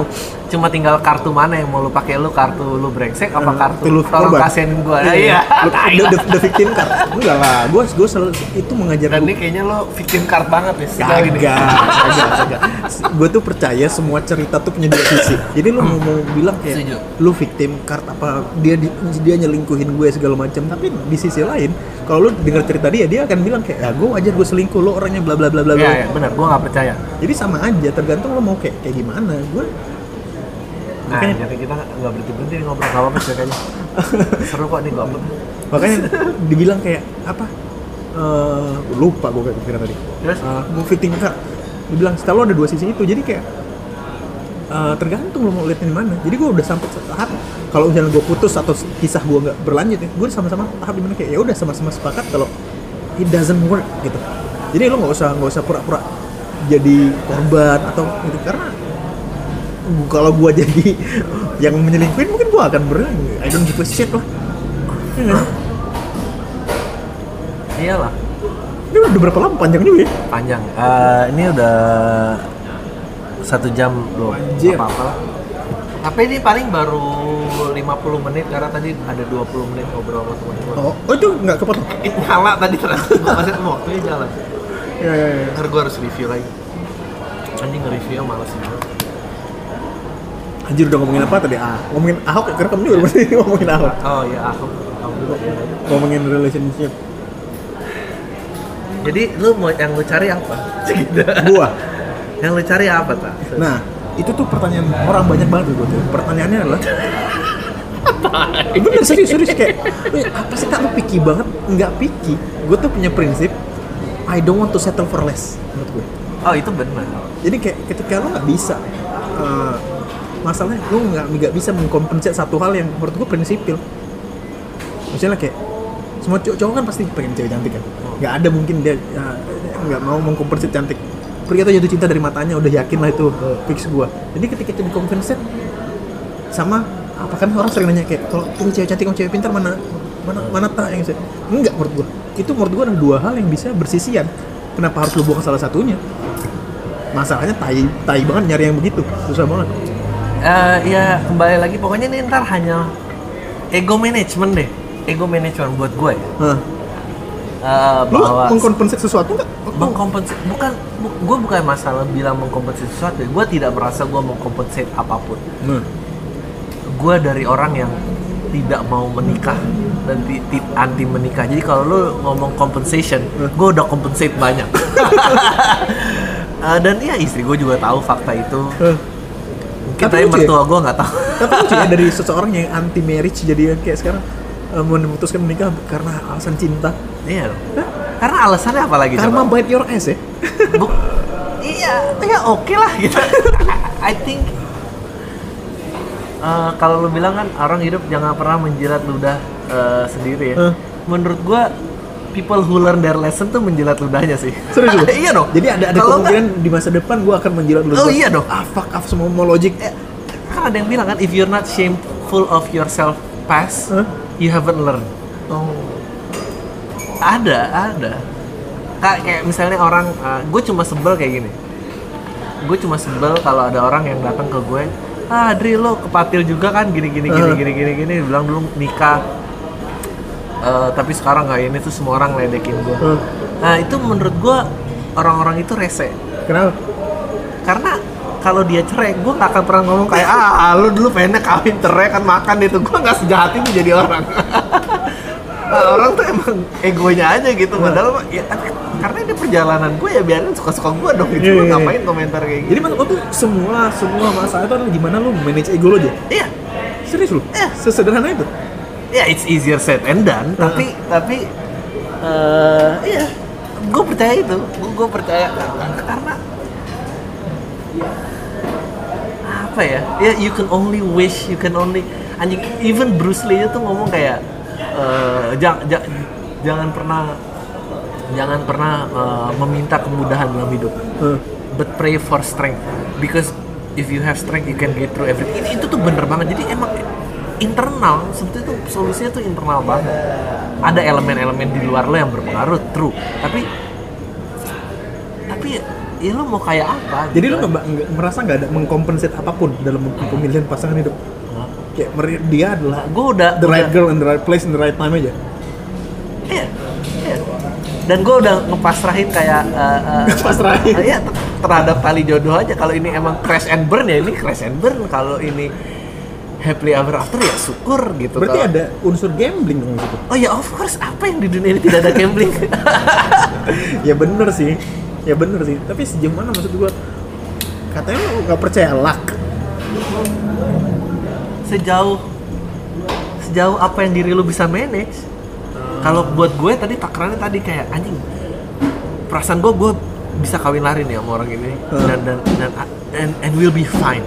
cuma tinggal kartu mana yang mau lu pakai, lu kartu lu brengsek apa kartu lu tolong korban. kasihin gua. Iya. The victim card. Enggak lah, gue selalu itu mengajar. Dan ini kayaknya lo victim card banget nih. Kagak. Gue tuh percaya semua cerita tuh punya dua sisi. Jadi lu mau bilang kayak Setuju. lu victim card apa dia nyelingkuhin gue segala macam, tapi di sisi lain kalau lu dengar cerita dia akan bilang kayak ya gue wajar gue selingkuh, lu orangnya bla bla bla bla. Iya, benar, gua nggak percaya. Jadi sama aja, tergantung lo mau kayak gimana. Gue Makanya jadi kita nggak berhenti ngobrol, nggak apa-apa sih kayaknya. Seru kok nih ngobrol. makanya dibilang kayak apa? Lupa gue kayak kira tadi. Terus? Mau victim card. Dibilang selalu ada dua sisi itu. Jadi kayak tergantung lo mau lihat di mana. Jadi gue udah sampai tahap kalau misalnya gue putus atau kisah gue nggak berlanjut ya, gue sama-sama tahap dimana kayak ya udah sama-sama sepakat kalau it doesn't work gitu. Jadi lo nggak usah pura-pura jadi korban atau gitu, karena kalau gue jadi yang menyelingkuhin mungkin gue akan I don't give a shit lah. Ya, Iyalah, ini udah berapa lama, panjang juga ya? panjang. Ini udah 1 jam belum. Anjir. Apa-apa lah. Tapi ini paling baru 50 menit karena tadi ada 20 menit ngobrol sama temen gue. Oh itu nggak kepotong? Ini nyala tadi ternyata. Gue masih waktunya jalan. Ya. Ntar gue harus review lagi. Anjing nge-review males banget. Anjir udah ngomongin apa tadi? Ngomongin Ahok, kerekam juga berarti ngomongin Ahok. Oh iya, aku. Ngomongin relationship. Jadi lu mau yang lu cari apa? Gua. Yang lu cari apa, Tak? Nah, itu tuh pertanyaan orang banyak banget tuh. Pertanyaannya adalah bener serius kayak apa sih, tak lu picky banget? Enggak picky. Gue tuh punya prinsip I don't want to settle for less menurut gue. Oh, itu benar. Jadi kayak ketika lo nggak bisa masalahnya lo nggak bisa mengkompensasi satu hal yang menurut gue prinsipil. Misalnya kayak semua cowok kan pasti pengen cewek cantik kan. Nggak ada mungkin dia nggak mau mengkompensasi cantik. Pergi atau jatuh cinta dari matanya, udah yakin lah itu fix gue. Jadi ketika itu dikompensasi sama apa kan orang sering nanya kayak kalau ini cewek cantik sama cewek pintar mana tak yang saya enggak, menurut gue itu menurut gue ada dua hal yang bisa bersisian. Kenapa harus lo buang salah satunya? Masalahnya tai banget nyari yang begitu, susah banget. Ya kembali lagi pokoknya ini ntar hanya ego management deh, ego management buat gue ya. Bahwa lu mengkompensasi sesuatu nggak? mengkompensasi gue bukan masalah bilang mengkompensasi sesuatu ya. Gue tidak merasa gue mengkompensasi apapun. Gue dari orang yang tidak mau menikah dan anti menikah. Jadi kalau lu ngomong compensation, gue udah compensate banyak. Dan ya istri gue juga tahu fakta itu. Mungkin tapi mertua gue nggak tahu. Tapi lucu ya dari seseorang yang anti marriage jadi kayak sekarang memutuskan menikah karena alasan cinta. Iya dong. Karena alasannya apa lagi? Karma bite your ass ya. Iya oke lah gitu. I think kalau lu bilang kan orang hidup jangan pernah menjilat ludah sendiri ya. Menurut gua people who learn their lesson tuh menjilat ludahnya sih. Serius lu? Iya dong. Jadi ada kemungkinan di masa depan gua akan menjilat ludah. Oh iya dong. Fuck off semua mau logik. Kan ada yang bilang kan if you're not shameful of yourself past, you haven't learned. Oh. Ada. Kayak misalnya orang, gue cuma sebel kayak gini. Gue cuma sebel kalau ada orang yang datang ke gue, Dri lo kepatil juga kan gini, bilang dulu nikah, tapi sekarang nggak ini tuh semua orang ledekin gue. Nah itu menurut gue orang-orang itu rese. Kenapa? Karena kalau dia cerai, gue nggak akan pernah ngomong kayak lu dulu pengennya kawin cerai kan makan itu. Gue nggak sejahat itu jadi orang. Orang tuh emang egonya aja gitu. Padahal ya karena ini perjalanan gue ya biarin suka-suka gue dong gitu. Gue ngapain komentar kayak gitu. Jadi maksud lo tuh semua masalah itu adalah gimana lo manage ego lo aja? Iya. Serius lo? Iya. Sesederhana itu? Ya it's easier said and done. Tapi iya. Gue percaya itu. Gue percaya karena apa ya? Ya you can only wish, anjing even Bruce Lee itu ngomong kayak jangan pernah meminta kemudahan dalam hidup, but pray for strength, because if you have strength you can get through everything. Itu tuh bener banget. Jadi emang internal sebetulnya tuh solusinya tuh internal banget. Ada elemen-elemen di luar lo yang berpengaruh, true, tapi ya lo mau kayak apa? Jadi gitu lo nggak merasa nggak ada mengkompensate apapun dalam pemilihan pasangan hidup? Kayak dia adalah the right girl in the right place in the right time aja. Iya. Dan gue udah ngepasrahin kayak iya terhadap tali jodoh aja. Kalau ini emang crash and burn ya ini crash and burn. Kalau ini happily ever after ya syukur gitu. Berarti ada unsur gambling dong gitu. Oh ya of course, apa yang di dunia ini tidak ada gambling? Ya bener sih. Tapi sejauh mana maksud gue? Katanya lo nggak percaya luck. Sejauh apa yang diri lu bisa manage. Kalau buat gue tadi takarannya tadi kayak anjing. Perasaan gue bisa kawin lari nih sama orang ini dan will be fine.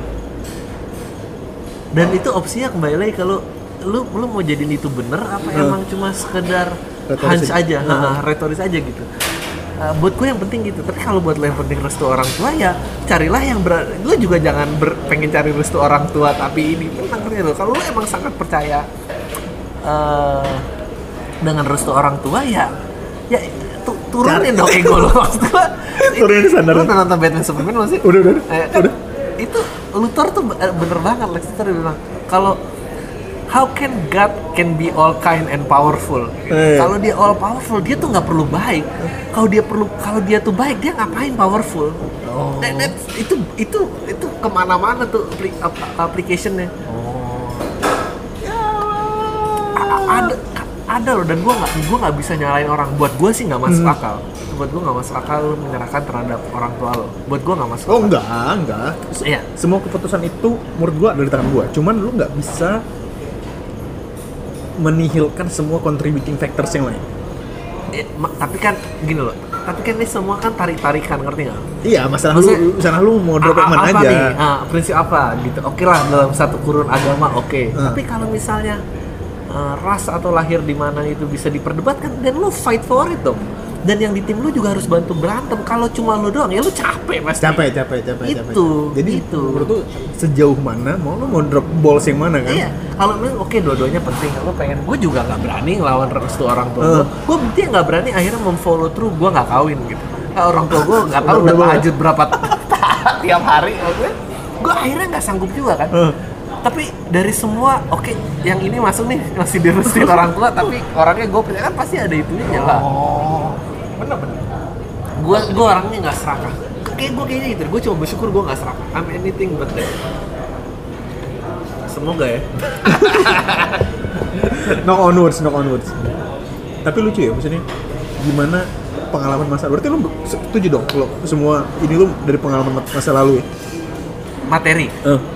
Dan itu opsinya kembali lagi kalau lu mau jadiin itu bener apa emang cuma sekedar hunch aja, retoris aja gitu. Buat gue yang penting gitu. Tapi kalau buat lo yang penting restu orang tua ya carilah yang lu juga jangan pengen cari restu orang tua tapi ini tentang lo. Kalau lu emang sangat percaya dengan restu orang tua ya turunin dong ego lo. Maksud gue turunin standar. Lu nonton Batman Superman masih? Udah. Itu Luthor tuh bener banget. Lex Luthor bilang kalau how can God can be all kind and powerful? Kalau dia all powerful, dia tuh nggak perlu baik. Kalau dia tuh baik, dia ngapain powerful? Itu kemana-mana tuh application-nya. Ada loh, dan gue nggak bisa nyalain orang. Buat gue sih nggak masuk akal. Buat gue nggak masuk akal lu menyerahkan terhadap orang tua lo. Buat gue nggak masuk akal. Enggak. Iya. Semua keputusan itu menurut gue ada di tangan gue. Cuman lu nggak bisa menihilkan semua contributing factors yang lain. Tapi kan gini loh. Tapi kan ini semua kan tarik-tarikan, ngerti nggak? Iya, masalah lu mau drop yang mana aja. Nih? Prinsip apa gitu? Oke lah dalam satu kurun agama oke. Tapi kalau misalnya ras atau lahir di mana itu bisa diperdebatkan, dan lu fight for it dong. Dan yang di tim lu juga harus bantu berantem. Kalau cuma lu doang ya lu capek pasti. Capek. Jadi itu menurut lu sejauh mana lu mau drop balls yang mana kan? Iya. Kalau memang oke dua-duanya penting. Lu pengen, gue juga nggak berani ngelawan restu orang tua gue bukti nggak berani akhirnya memfollow through gue nggak kawin gitu. Orang tua gue nggak tahu udah tahajud berapa tiap hari. Gue akhirnya nggak sanggup juga kan. Tapi dari semua yang ini masuk nih masih direstuin orang tua, tapi orangnya gue percaya kan pasti ada itunya lah. Bener. Gue orangnya nggak serakah. Gue kayaknya gitu. Gue cuma bersyukur gue nggak serakah. I'm anything but that. Semoga ya. Knock onwards. Tapi lucu ya, maksudnya gimana pengalaman masa. Berarti lu setuju dong kalau semua ini lu dari pengalaman masa lalu ya? Materi.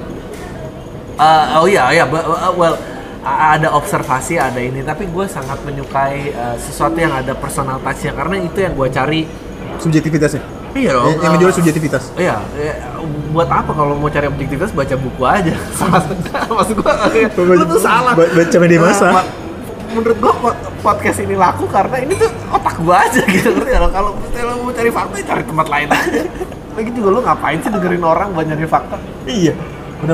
Well, ada observasi, ada ini, tapi gue sangat menyukai sesuatu yang ada personal touch-nya, karena itu yang gue cari. Subjektivitasnya? Iya dong. Yang menjual subjektivitas? Iya, buat apa kalau mau cari objektivitas, baca buku aja. Maksud gue, lu tuh salah. Baca media massa. Menurut gue podcast ini laku karena ini tuh otak gue aja gitu. Kalau mau cari fakta, cari tempat lain aja. Lagi juga lu ngapain sih dengerin orang buat nyari fakta? Iya. Benar.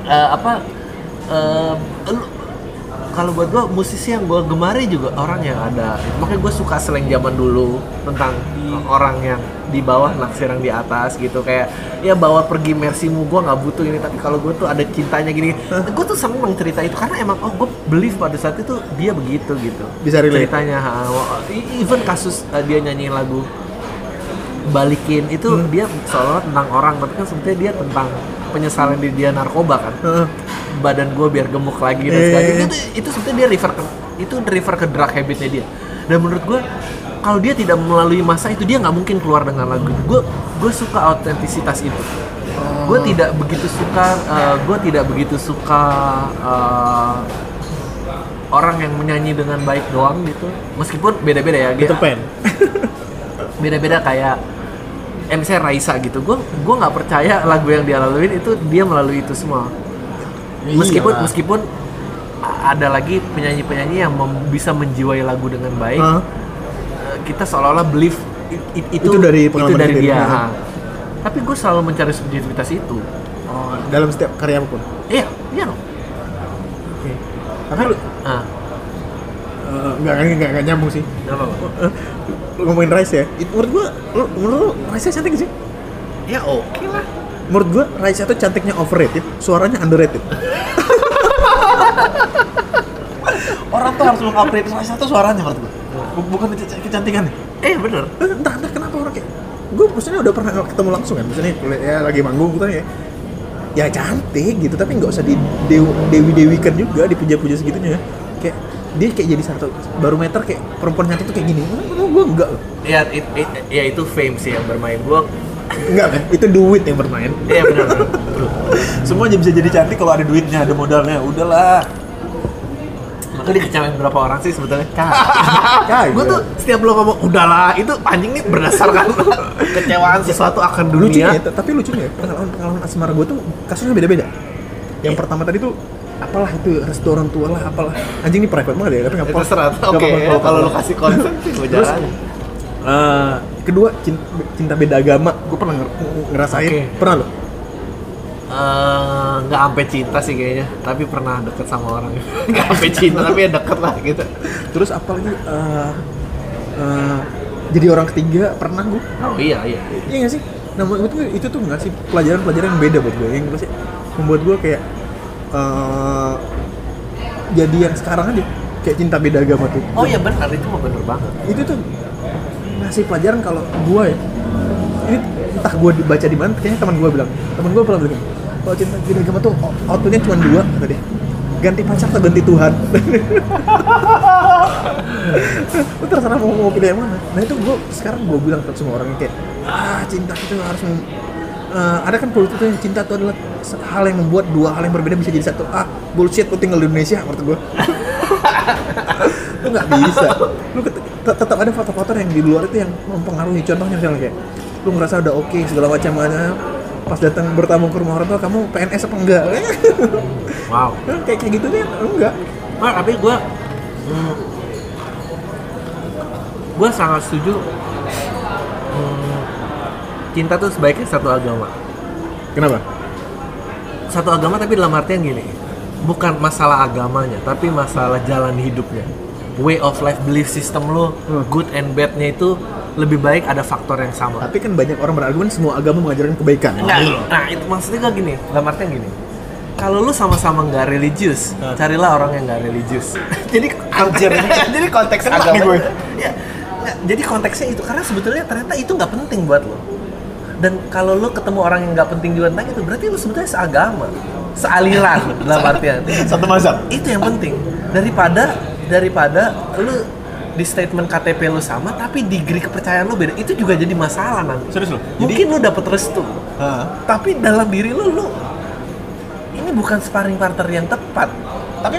Kalau buat gue musisi yang gue gemari juga orang yang ada, makanya gue suka slang zaman dulu tentang orang yang di bawah naksir yang di atas gitu, kayak ya bawa pergi mersimu, gue nggak butuh ini, tapi kalau gue tuh ada cintanya gini, gue tuh seneng cerita itu karena emang gue believe pada saat itu dia begitu gitu. Bisa relate ceritanya. Even kasus dia nyanyiin lagu Balikin itu dia seolah tentang orang, tapi kan sebetulnya dia tentang penyesalan dia narkoba kan. Badan gue biar gemuk lagi dan sebagainya. Itu sebetulnya dia refer ke drug habitnya dia. Dan menurut gue kalau dia tidak melalui masa itu dia nggak mungkin keluar dengan lagu. Gue suka autentisitas itu. Gue tidak begitu suka orang yang menyanyi dengan baik doang gitu. Meskipun beda-beda ya. Peter Pan. Beda-beda kayak misalnya Raisa gitu, gue nggak percaya lagu yang dia laluin itu dia melalui itu semua. Meskipun ada lagi penyanyi-penyanyi yang bisa menjiwai lagu dengan baik, kita seolah-olah believe itu dari dia. Tapi gue selalu mencari subjektivitas itu. Dalam setiap karya apapun. Iya. Oke. Tapi lu nggak nyambung sih. Apa? Ngomongin Raisa ya, menurut lu Raisa cantik sih? Ya oke lah. Menurut gue Raisa tuh cantiknya overrated, suaranya underrated. Orang tuh harus meng-upgrade Raisa tuh suaranya menurut gue. Bukan kecantikannya. Bener. Entah kenapa orang kayak gue maksudnya udah pernah ketemu langsung kan, misalnya ya lagi manggung gitu ya cantik gitu, tapi nggak usah di dewi-dewikan juga, dipuja-puja segitunya. Kayak dia kayak jadi satu barometer kayak perempuan cantik tuh kayak gini. Gue enggak loh. Ya itu fame sih yang bermain. Gue enggak kan, itu duit yang bermain. Iya benar. Semua bisa jadi cantik kalau ada duitnya, ada modalnya. Udahlah. Makanya dikecewain berapa orang sih sebetulnya? Kagak. Gue tuh setiap lo ngomong udahlah, itu anjing nih berdasarkan kecewaan sesuatu akan dunia. Lucunya pengalaman asmara gue tuh kasusnya beda-beda. Yang pertama tadi tuh apalah itu restoran tua lah apalah. Anjing ini private banget ya, tapi enggak apa-apa. Terserah. Oke. Kalau lo kasih konsep sih gue jalan. Kedua cinta beda agama, gue pernah ngerasain. Okay. Pernah lo? Nggak sampai cinta sih kayaknya, tapi pernah deket sama orang. Nggak sampai cinta tapi ya deket lah gitu. Terus apalagi jadi orang ketiga pernah gue. Oh iya nggak sih, nah itu tuh nggak sih pelajaran yang beda buat gue, yang pasti membuat gue kayak jadi yang sekarang aja kayak cinta beda agama tuh. Oh iya benar, itu mah bener banget. Itu tuh ngasih pelajaran kalau gue ya, ini entah gue dibaca di mana, kayaknya teman gue bilang kalau cinta beda agama tuh outputnya cuma 2 kata dia, ganti pacar atau ganti Tuhan. Lu terserah mau pilih yang mana. Nah itu sekarang gue bilang ke semua orang kayak cinta itu harus ada kan politik tuh yang cinta itu adalah hal yang membuat 2 hal yang berbeda bisa jadi satu. Bullshit, lu tinggal di Indonesia menurut gue. Lu nggak bisa. Lu tetap ada faktor-faktor yang di luar itu yang mempengaruhi. Contohnya misalnya kayak lu ngerasa udah oke segala macamnya, pas datang bertamu ke rumah orang tua, kamu PNS apa enggak? Wow. Kayak gitu deh, enggak. Tapi gue sangat setuju. Cinta tuh sebaiknya satu agama. Kenapa? Satu agama tapi dalam artian gini, bukan masalah agamanya, tapi masalah jalan hidupnya. Way of life, belief system lo, good and bad-nya itu lebih baik ada faktor yang sama. Tapi kan banyak orang berargumen semua agama mengajarkan kebaikan. Nah itu maksudnya gak gini, dalam artian gini. Kalau lu sama-sama nggak religius, carilah orang yang nggak religius. Jadi jadi konteks agama. Gue. Ya, jadi konteksnya itu karena sebetulnya ternyata itu nggak penting buat lo. Dan kalau lu ketemu orang yang nggak penting juga tentang itu, berarti lu sebetulnya seagama, sealiran dalam artian. Satu mazhab. Itu yang penting. Daripada lu di statement KTP lu sama, tapi degree kepercayaan lu beda, itu juga jadi masalah nanti. Serius lu? Mungkin lu dapet restu, tapi dalam diri lu ini bukan sparring partner yang tepat. Tapi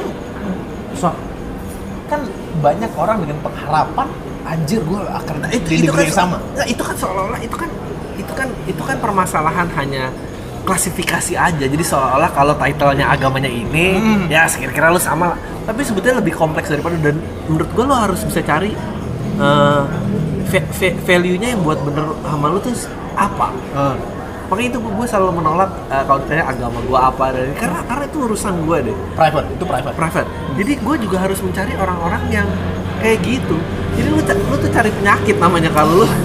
kan banyak orang dengan pengharapan anjir gue akan di degree yang sama. Nah, itu kan seolah-olah itu kan permasalahan hanya klasifikasi aja. Jadi seolah-olah kalau title-nya agamanya ini, ya kira-kira lu sama lah. Tapi sebetulnya lebih kompleks daripada, dan menurut gue lo harus bisa cari value-nya yang buat bener sama lu tuh apa. Makanya itu gue selalu menolak kalau ditanya agama gue apa, dan karena itu urusan gue deh. Private. Jadi gue juga harus mencari orang-orang yang kayak gitu. Jadi lu tuh cari penyakit namanya kalau lu.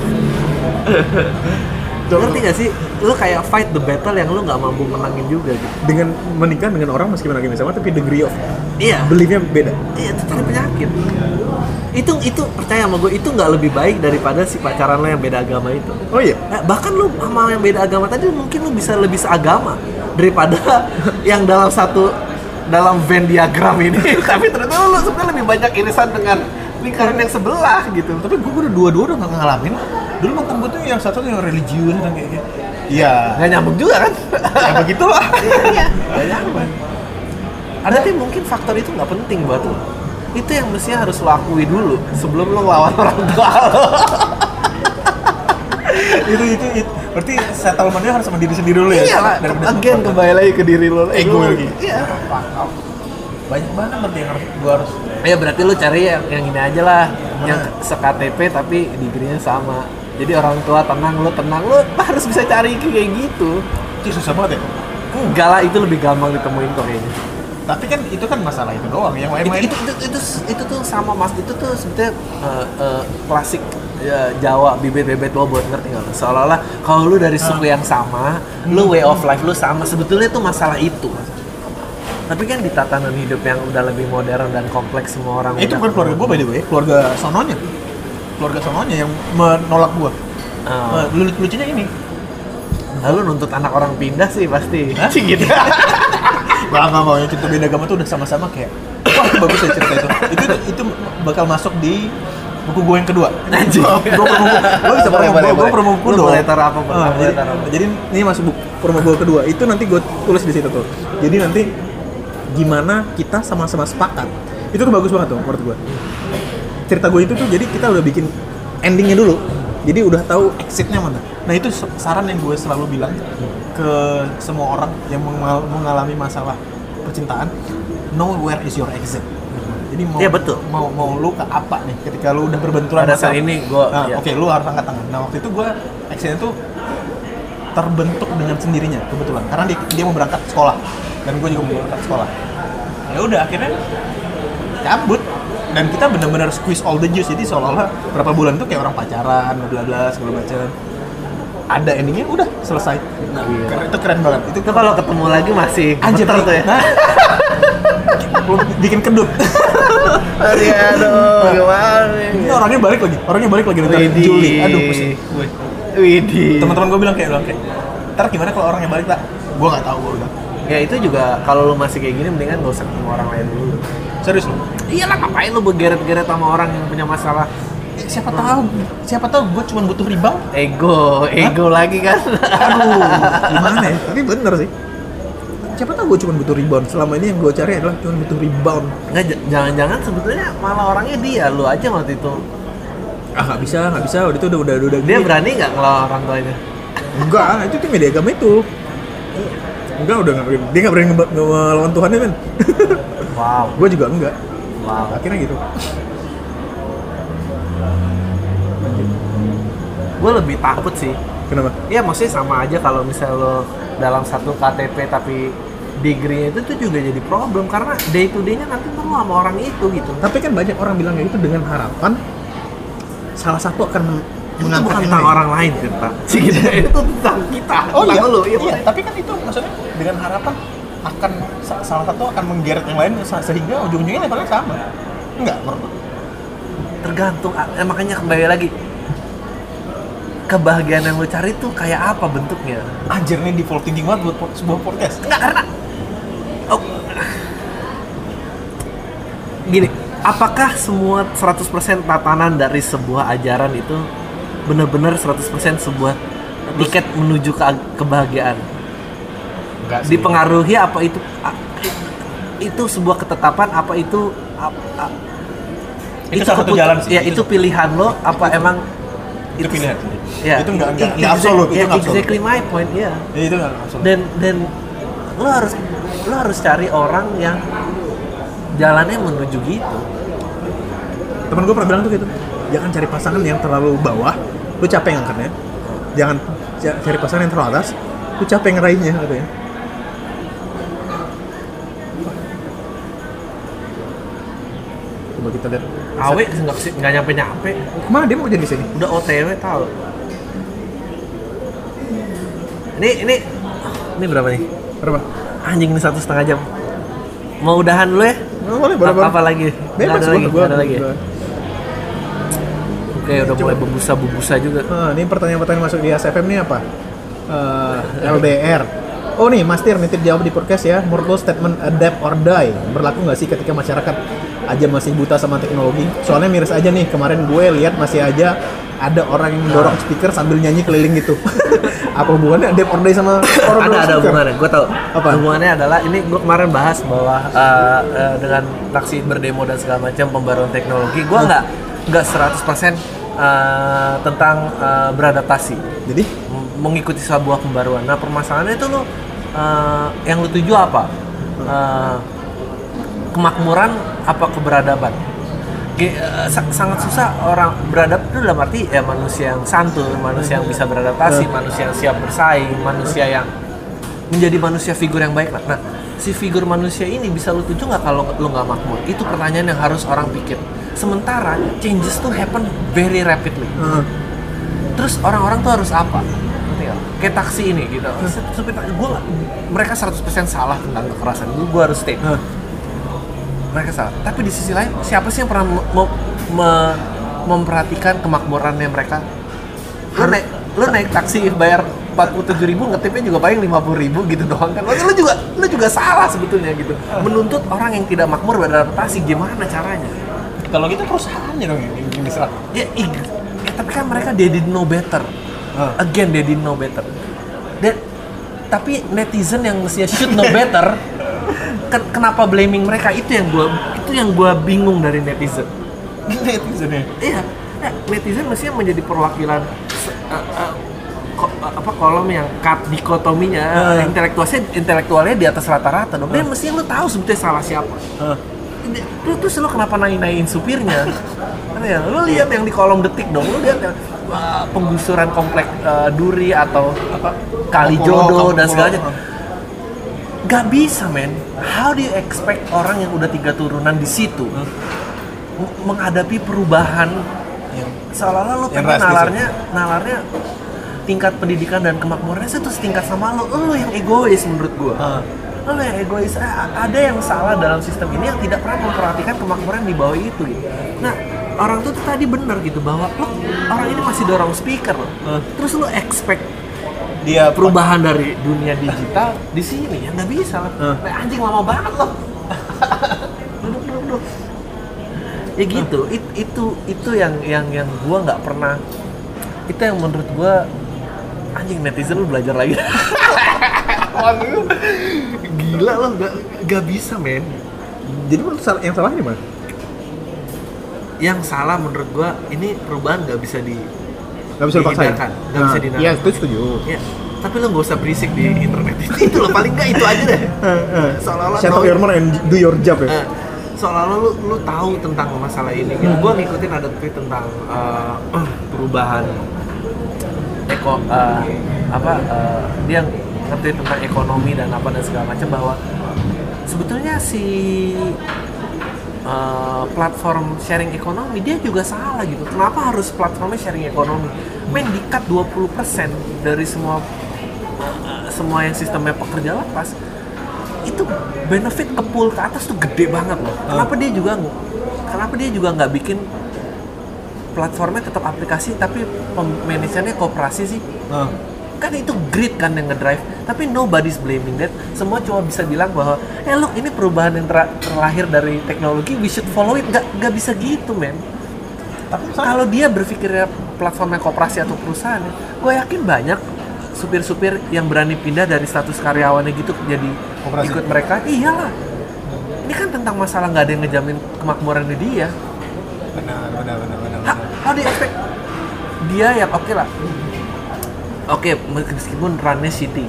Ngerti gak sih? Lu kayak fight the battle yang lu gak mampu menangin juga gitu. Dengan menikah dengan orang meskipun agamanya sama, tapi degree of beliefnya beda. Iya, itu cari penyakit. Itu percaya sama gue, itu nggak lebih baik daripada si pacaran lo yang beda agama itu. Oh iya? Bahkan lu sama yang beda agama tadi mungkin lu bisa lebih seagama daripada yang dalam Venn diagram ini. Tapi ternyata lu sebenarnya lebih banyak irisan dengan lingkaran yang sebelah gitu. Tapi gue udah dua-dua udah nggak ngalamin. Dulu mantan gue tuh yang satu yang religius dan kayak gitu. Iya. Nggak nyambung juga kan? Ya begitulah. Iya. Nggak nyambung. Tapi mungkin faktor itu nggak penting buat lo. Itu yang mestinya harus lo akui dulu sebelum lo ngelawan orang tua lo. itu berarti settlement-nya harus sama diri sendiri dulu ya? Iya lah, again kembali lagi ke diri lo. Ego lagi? Iya. Banyak banget berarti yang gue harus. Ya berarti lo cari yang ini aja lah, yang se-KTP tapi degree-nya sama. Jadi orang tua tenang, lo harus bisa cari kayak gitu. Itu susah banget ya? Enggak lah, itu lebih gampang ditemuin kok kayaknya. Tapi kan itu kan masalah itu doang, yang lain-lain itu tuh sama mas, itu tuh sebetulnya Jawa, bibit-bibit bobot, ngerti nggak lu? Seolah-olah kalau lu dari suku yang sama, lu way of life lu sama, sebetulnya itu masalah itu. Tapi kan di tatanan hidup yang udah lebih modern dan kompleks, semua orang itu udah bukan keluarga gue by the way, keluarga sononya yang menolak gue. Lucunya ini, lalu nuntut anak orang pindah sih pasti. Gitu. nggak mau, yang cerita beda agama tuh udah sama-sama kayak wah bagus ya cerita itu bakal masuk di buku gue yang kedua. Anjing. Gue bisa promo buku dong. Boleh taruh apa? Jadi ini masuk buku promo gue kedua. Itu nanti gue tulis di situ tuh. Jadi nanti gimana kita sama-sama sepakat. Itu tuh bagus banget tuh menurut gue. Cerita gue itu tuh jadi kita udah bikin endingnya dulu. Jadi udah tahu exitnya mana. Nah itu saran yang gue selalu bilang ke semua orang yang mengalami masalah percintaan. Know where is your exit. Jadi mau lu ke apa nih ketika lu udah berbenturan pada saat ini oke, lu harus angkat tangan. Nah waktu itu gue accident tuh terbentuk dengan sendirinya kebetulan karena dia mau berangkat sekolah dan gue juga mau berangkat sekolah. Ya udah akhirnya cabut dan kita benar-benar squeeze all the juice. Jadi seolah-olah berapa bulan tuh kayak orang pacaran bla bla segala macam. Ada endingnya udah selesai. Nah, itu keren banget. Itu kalau ketemu lagi masih anjir tuh ya. Bikin kedut. Aduh, gimana nih? Ini orangnya balik lagi dari Juli. Aduh, pusing. Widih. Teman-teman gue bilang kayak ntar gimana kalau orangnya balik tak? Gue nggak tahu gue udah. Ya itu juga kalau lu masih kayak gini mendingan gak usah ketemu orang lain dulu. Serius lu? Iyalah, ngapain lu bergeret-geret sama orang yang punya masalah? Siapa tahu gue cuma butuh rebound. Ego lagi kan. Aduh, gimana ya? Tapi bener sih. Siapa tahu gue cuma butuh rebound. Selama ini yang gue cari adalah cuma butuh rebound. Nggak, jangan-jangan sebetulnya malah orangnya dia, lu aja waktu itu. Nggak bisa. Waktu itu udah. Dia berani nggak ngelawan orang tuanya? Enggak, itu tim media agama itu. Enggak, dia nggak berani ngelawan Tuhannya kan. Wow. Gue juga enggak. Wow. Akhirnya gitu. Gue lebih takut sih. Kenapa? Ya maksudnya sama aja kalau misalnya lo dalam satu KTP tapi degree-nya itu tuh juga jadi problem karena day to day-nya nanti perlu sama orang itu gitu. Tapi kan banyak orang bilang kayak gitu dengan harapan salah satu akan itu bukan tentang orang lain kan Pak. Gitu. Itu tentang kita. Oh iya, lo. Iya, tapi kan itu maksudnya dengan harapan akan salah satu akan menggeret yang lain sehingga ujung-ujungnya levelnya sama. Enggak, menurut. Tergantung, makanya kembali lagi. Kebahagiaan yang lo cari tuh kayak apa bentuknya? Anjir, nih default thinking banget buat sebuah podcast. Enggak, karena gini, apakah semua 100% tatanan dari sebuah ajaran itu benar-benar 100% sebuah tiket menuju ke kebahagiaan? Enggak sih. Dipengaruhi apa itu sebuah ketetapan, apa itu itu salah satu jalan sih. Ya, itu pilihan lo apa emang itu pilihan. Ya, itu enggak absolut, itu enggak absolut. Exactly my point, ya. Itu enggak absolut. Dan lo harus cari orang yang jalannya menuju gitu. Temen gue pernah bilang tuh gitu, jangan cari pasangan yang terlalu bawah, lu capek ngangkatnya. Jangan cari pasangan yang terlalu atas, lu capek ngeraihnya katanya. Coba kita lihat. Awe nggak nyampe. Kemana dia mau jadi sini? Udah OTW tahu. Ini berapa nih? Berapa? Anjing, ini 1,5 jam. Mau udahan lu ya? Boleh. Apa lagi? Bebas, Nggak ada lagi. Oke, udah mulai bubusa juga. Ini pertanyaan masuk di SFM nih apa? LDR. Oh nih, Mas Tir nitip jawab di podcast ya. Menurut lo statement adapt or die berlaku nggak sih ketika masyarakat aja masih buta sama teknologi? Soalnya miris aja nih, kemarin gue lihat masih aja ada orang yang mendorong speaker sambil nyanyi keliling gitu. Apa hubungannya adapt or die sama orang ada hubungannya, gue tau. Apa? Hubungannya adalah, ini gue kemarin bahas bahwa dengan taksi berdemo dan segala macam pembaruan teknologi, gue nggak 100% tentang beradaptasi. Jadi mengikuti sebuah pembaruan. Nah, permasalahannya itu lo yang lo tuju apa? Kemakmuran apa keberadaban? Sangat susah orang beradab itu dalam arti ya manusia yang santun, manusia yang bisa beradaptasi, manusia yang siap bersaing, manusia yang menjadi manusia figur yang baik lah. Nah, si figur manusia ini bisa lu tuju nggak kalau lu nggak makmur? Itu pertanyaan yang harus orang pikir. Sementara changes tuh happen very rapidly. Terus orang-orang tuh harus apa? Kayak taksi ini gitu. Mereka 100% salah tentang kekerasan. Gue harus state. Mereka salah. Tapi di sisi lain, siapa sih yang pernah memperhatikan kemakmurannya mereka? Lu naik taksi bayar 47.000, ngetipnya juga paling 50.000 gitu doang kan. Maksudnya lu juga salah sebetulnya gitu. Menuntut orang yang tidak makmur beradaptasi, gimana caranya? Kalau gitu perusahaannya dong yang diserang. Ya, tapi kan mereka they didn't know better. Again they didn't know better. Tapi netizen yang mestinya should know better, kenapa blaming mereka? Itu yang gua bingung dari netizen. Netizennya? Iya, netizen mestinya menjadi perwakilan kolom yang dikotominya intelektualnya di atas rata-rata dong. Dia mestinya lu tahu sebetulnya salah siapa. Terus lu kenapa naik-naikin supirnya? Ya, lu lihat yang di kolom Detik dong, lu lihat yang penggusuran komplek Duri atau Kalijodo dan segalanya. Gak bisa men, how do you expect orang yang udah 3 turunan di situ menghadapi perubahan seolah-olah lu pengen nalarnya tingkat pendidikan dan kemakmurannya itu setingkat sama lu yang egois menurut gua. Lu yang egois, ada yang salah dalam sistem ini yang tidak pernah memperhatikan kemakmuran di bawah itu gitu. Nah, orang tuh tadi bener gitu bahwa orang ini masih dorong speaker loh. Terus lu expect dia perubahan dari dunia digital di sini ya nggak bisa lah. Anjing lama banget loh. Duduk. Ya gitu. Itu yang gua nggak pernah. Itu yang menurut gua anjing netizen lu belajar lagi. Gila loh, nggak bisa men. Jadi menurut yang salah di mana? Yang salah menurut gua ini perubahan nggak bisa dipaksain, nggak bisa dinakan. Iya, itu setuju. Ya, tapi lo nggak usah berisik di internet. Itu loh paling nggak itu aja deh. Seolah-olah shut up your mouth and do your job ya. Seolah-olah lu tahu tentang masalah ini. Gua ngikutin ada tweet tentang perubahan dia ngerti tentang ekonomi dan apa dan segala macam, bahwa sebetulnya si platform sharing ekonomi dia juga salah gitu. Kenapa harus platformnya sharing ekonomi? Di-cut 20% dari semua yang sistemnya pekerja lepas. Itu benefit ke pool ke atas tuh gede banget loh. Kenapa dia juga nggak bikin platformnya tetap aplikasi tapi manajernya koperasi sih? Kan itu greed kan yang ngedrive, tapi nobody's blaming that. Semua cuma bisa bilang bahwa look, ini perubahan yang terlahir dari teknologi, we should follow it. Gak bisa gitu men. Tapi kalau dia berpikirnya platformnya koperasi atau perusahaan, gue yakin banyak supir-supir yang berani pindah dari status karyawannya gitu jadi koperasi. Ikut mereka. Iyalah, ini kan tentang masalah nggak ada yang ngejamin kemakmurannya dia. Benar. How do you expect dia yang Oke, meskipun runnya city,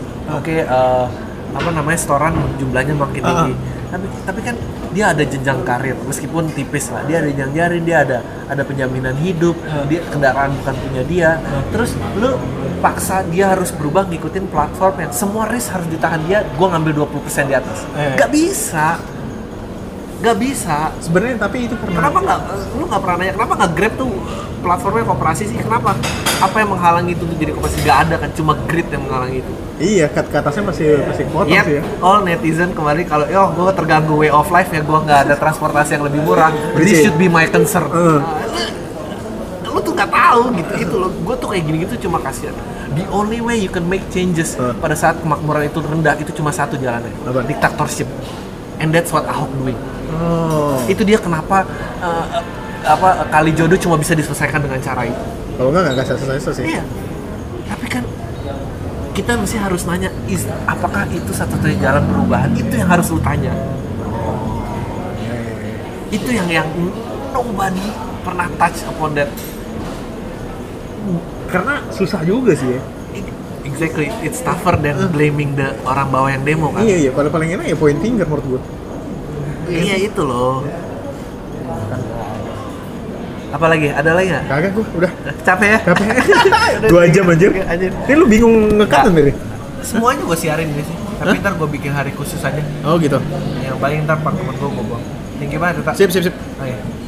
storan jumlahnya makin tinggi, tapi kan dia ada jenjang karir, meskipun tipis lah, dia ada jenjang karir, dia ada penjaminan hidup, dia kendaraan bukan punya dia, terus lu paksa dia harus berubah ngikutin platform yang semua risk harus ditahan dia, gua ngambil 20% di atas, Gak bisa. Sebenarnya tapi itu pernah. Kenapa lu nggak pernah nanya kenapa nggak Grab tuh platformnya koperasi sih? Kenapa? Apa yang menghalangi itu untuk jadi koperasi? Gak ada kan, cuma grid yang menghalangi itu. Iya, ke atasnya masih potong sih ya. All netizen kembali kalau gue terganggu way of life ya, gue nggak ada transportasi yang lebih murah. This should be my concern. Lu tuh nggak tahu gitu itu loh. Gue tuh kayak gini gitu cuma kasihan. The only way you can make changes pada saat kemakmuran itu rendah itu cuma satu jalannya. Dictatorship. And that's what Ahok doing. Itu dia kenapa Kalijodo cuma bisa diselesaikan dengan cara itu. Kalau nggak selesai sih. Iya. Tapi kan kita mesti harus nanya, apakah itu satu-satunya jalan perubahan? Itu yang harus lu tanya. Itu yang nobody pernah touch upon that. Karena susah juga sih ya. Exactly, it's tougher than blaming the orang bawah yang demo kan. Iya, paling enak ya point finger menurut gua. Iya itu loh. Apalagi? Ada lagi nggak? Kagak gua, udah. Capek ya? Capek. 2 jam anjir. Ini lu bingung ngekat sendiri? semuanya gue siarin gak sih? Tapi ntar gue bikin hari khusus aja. Oh gitu. Yang paling ntar pak temen gue buang. Thank you banget, Tata. Sip. Oh, iya.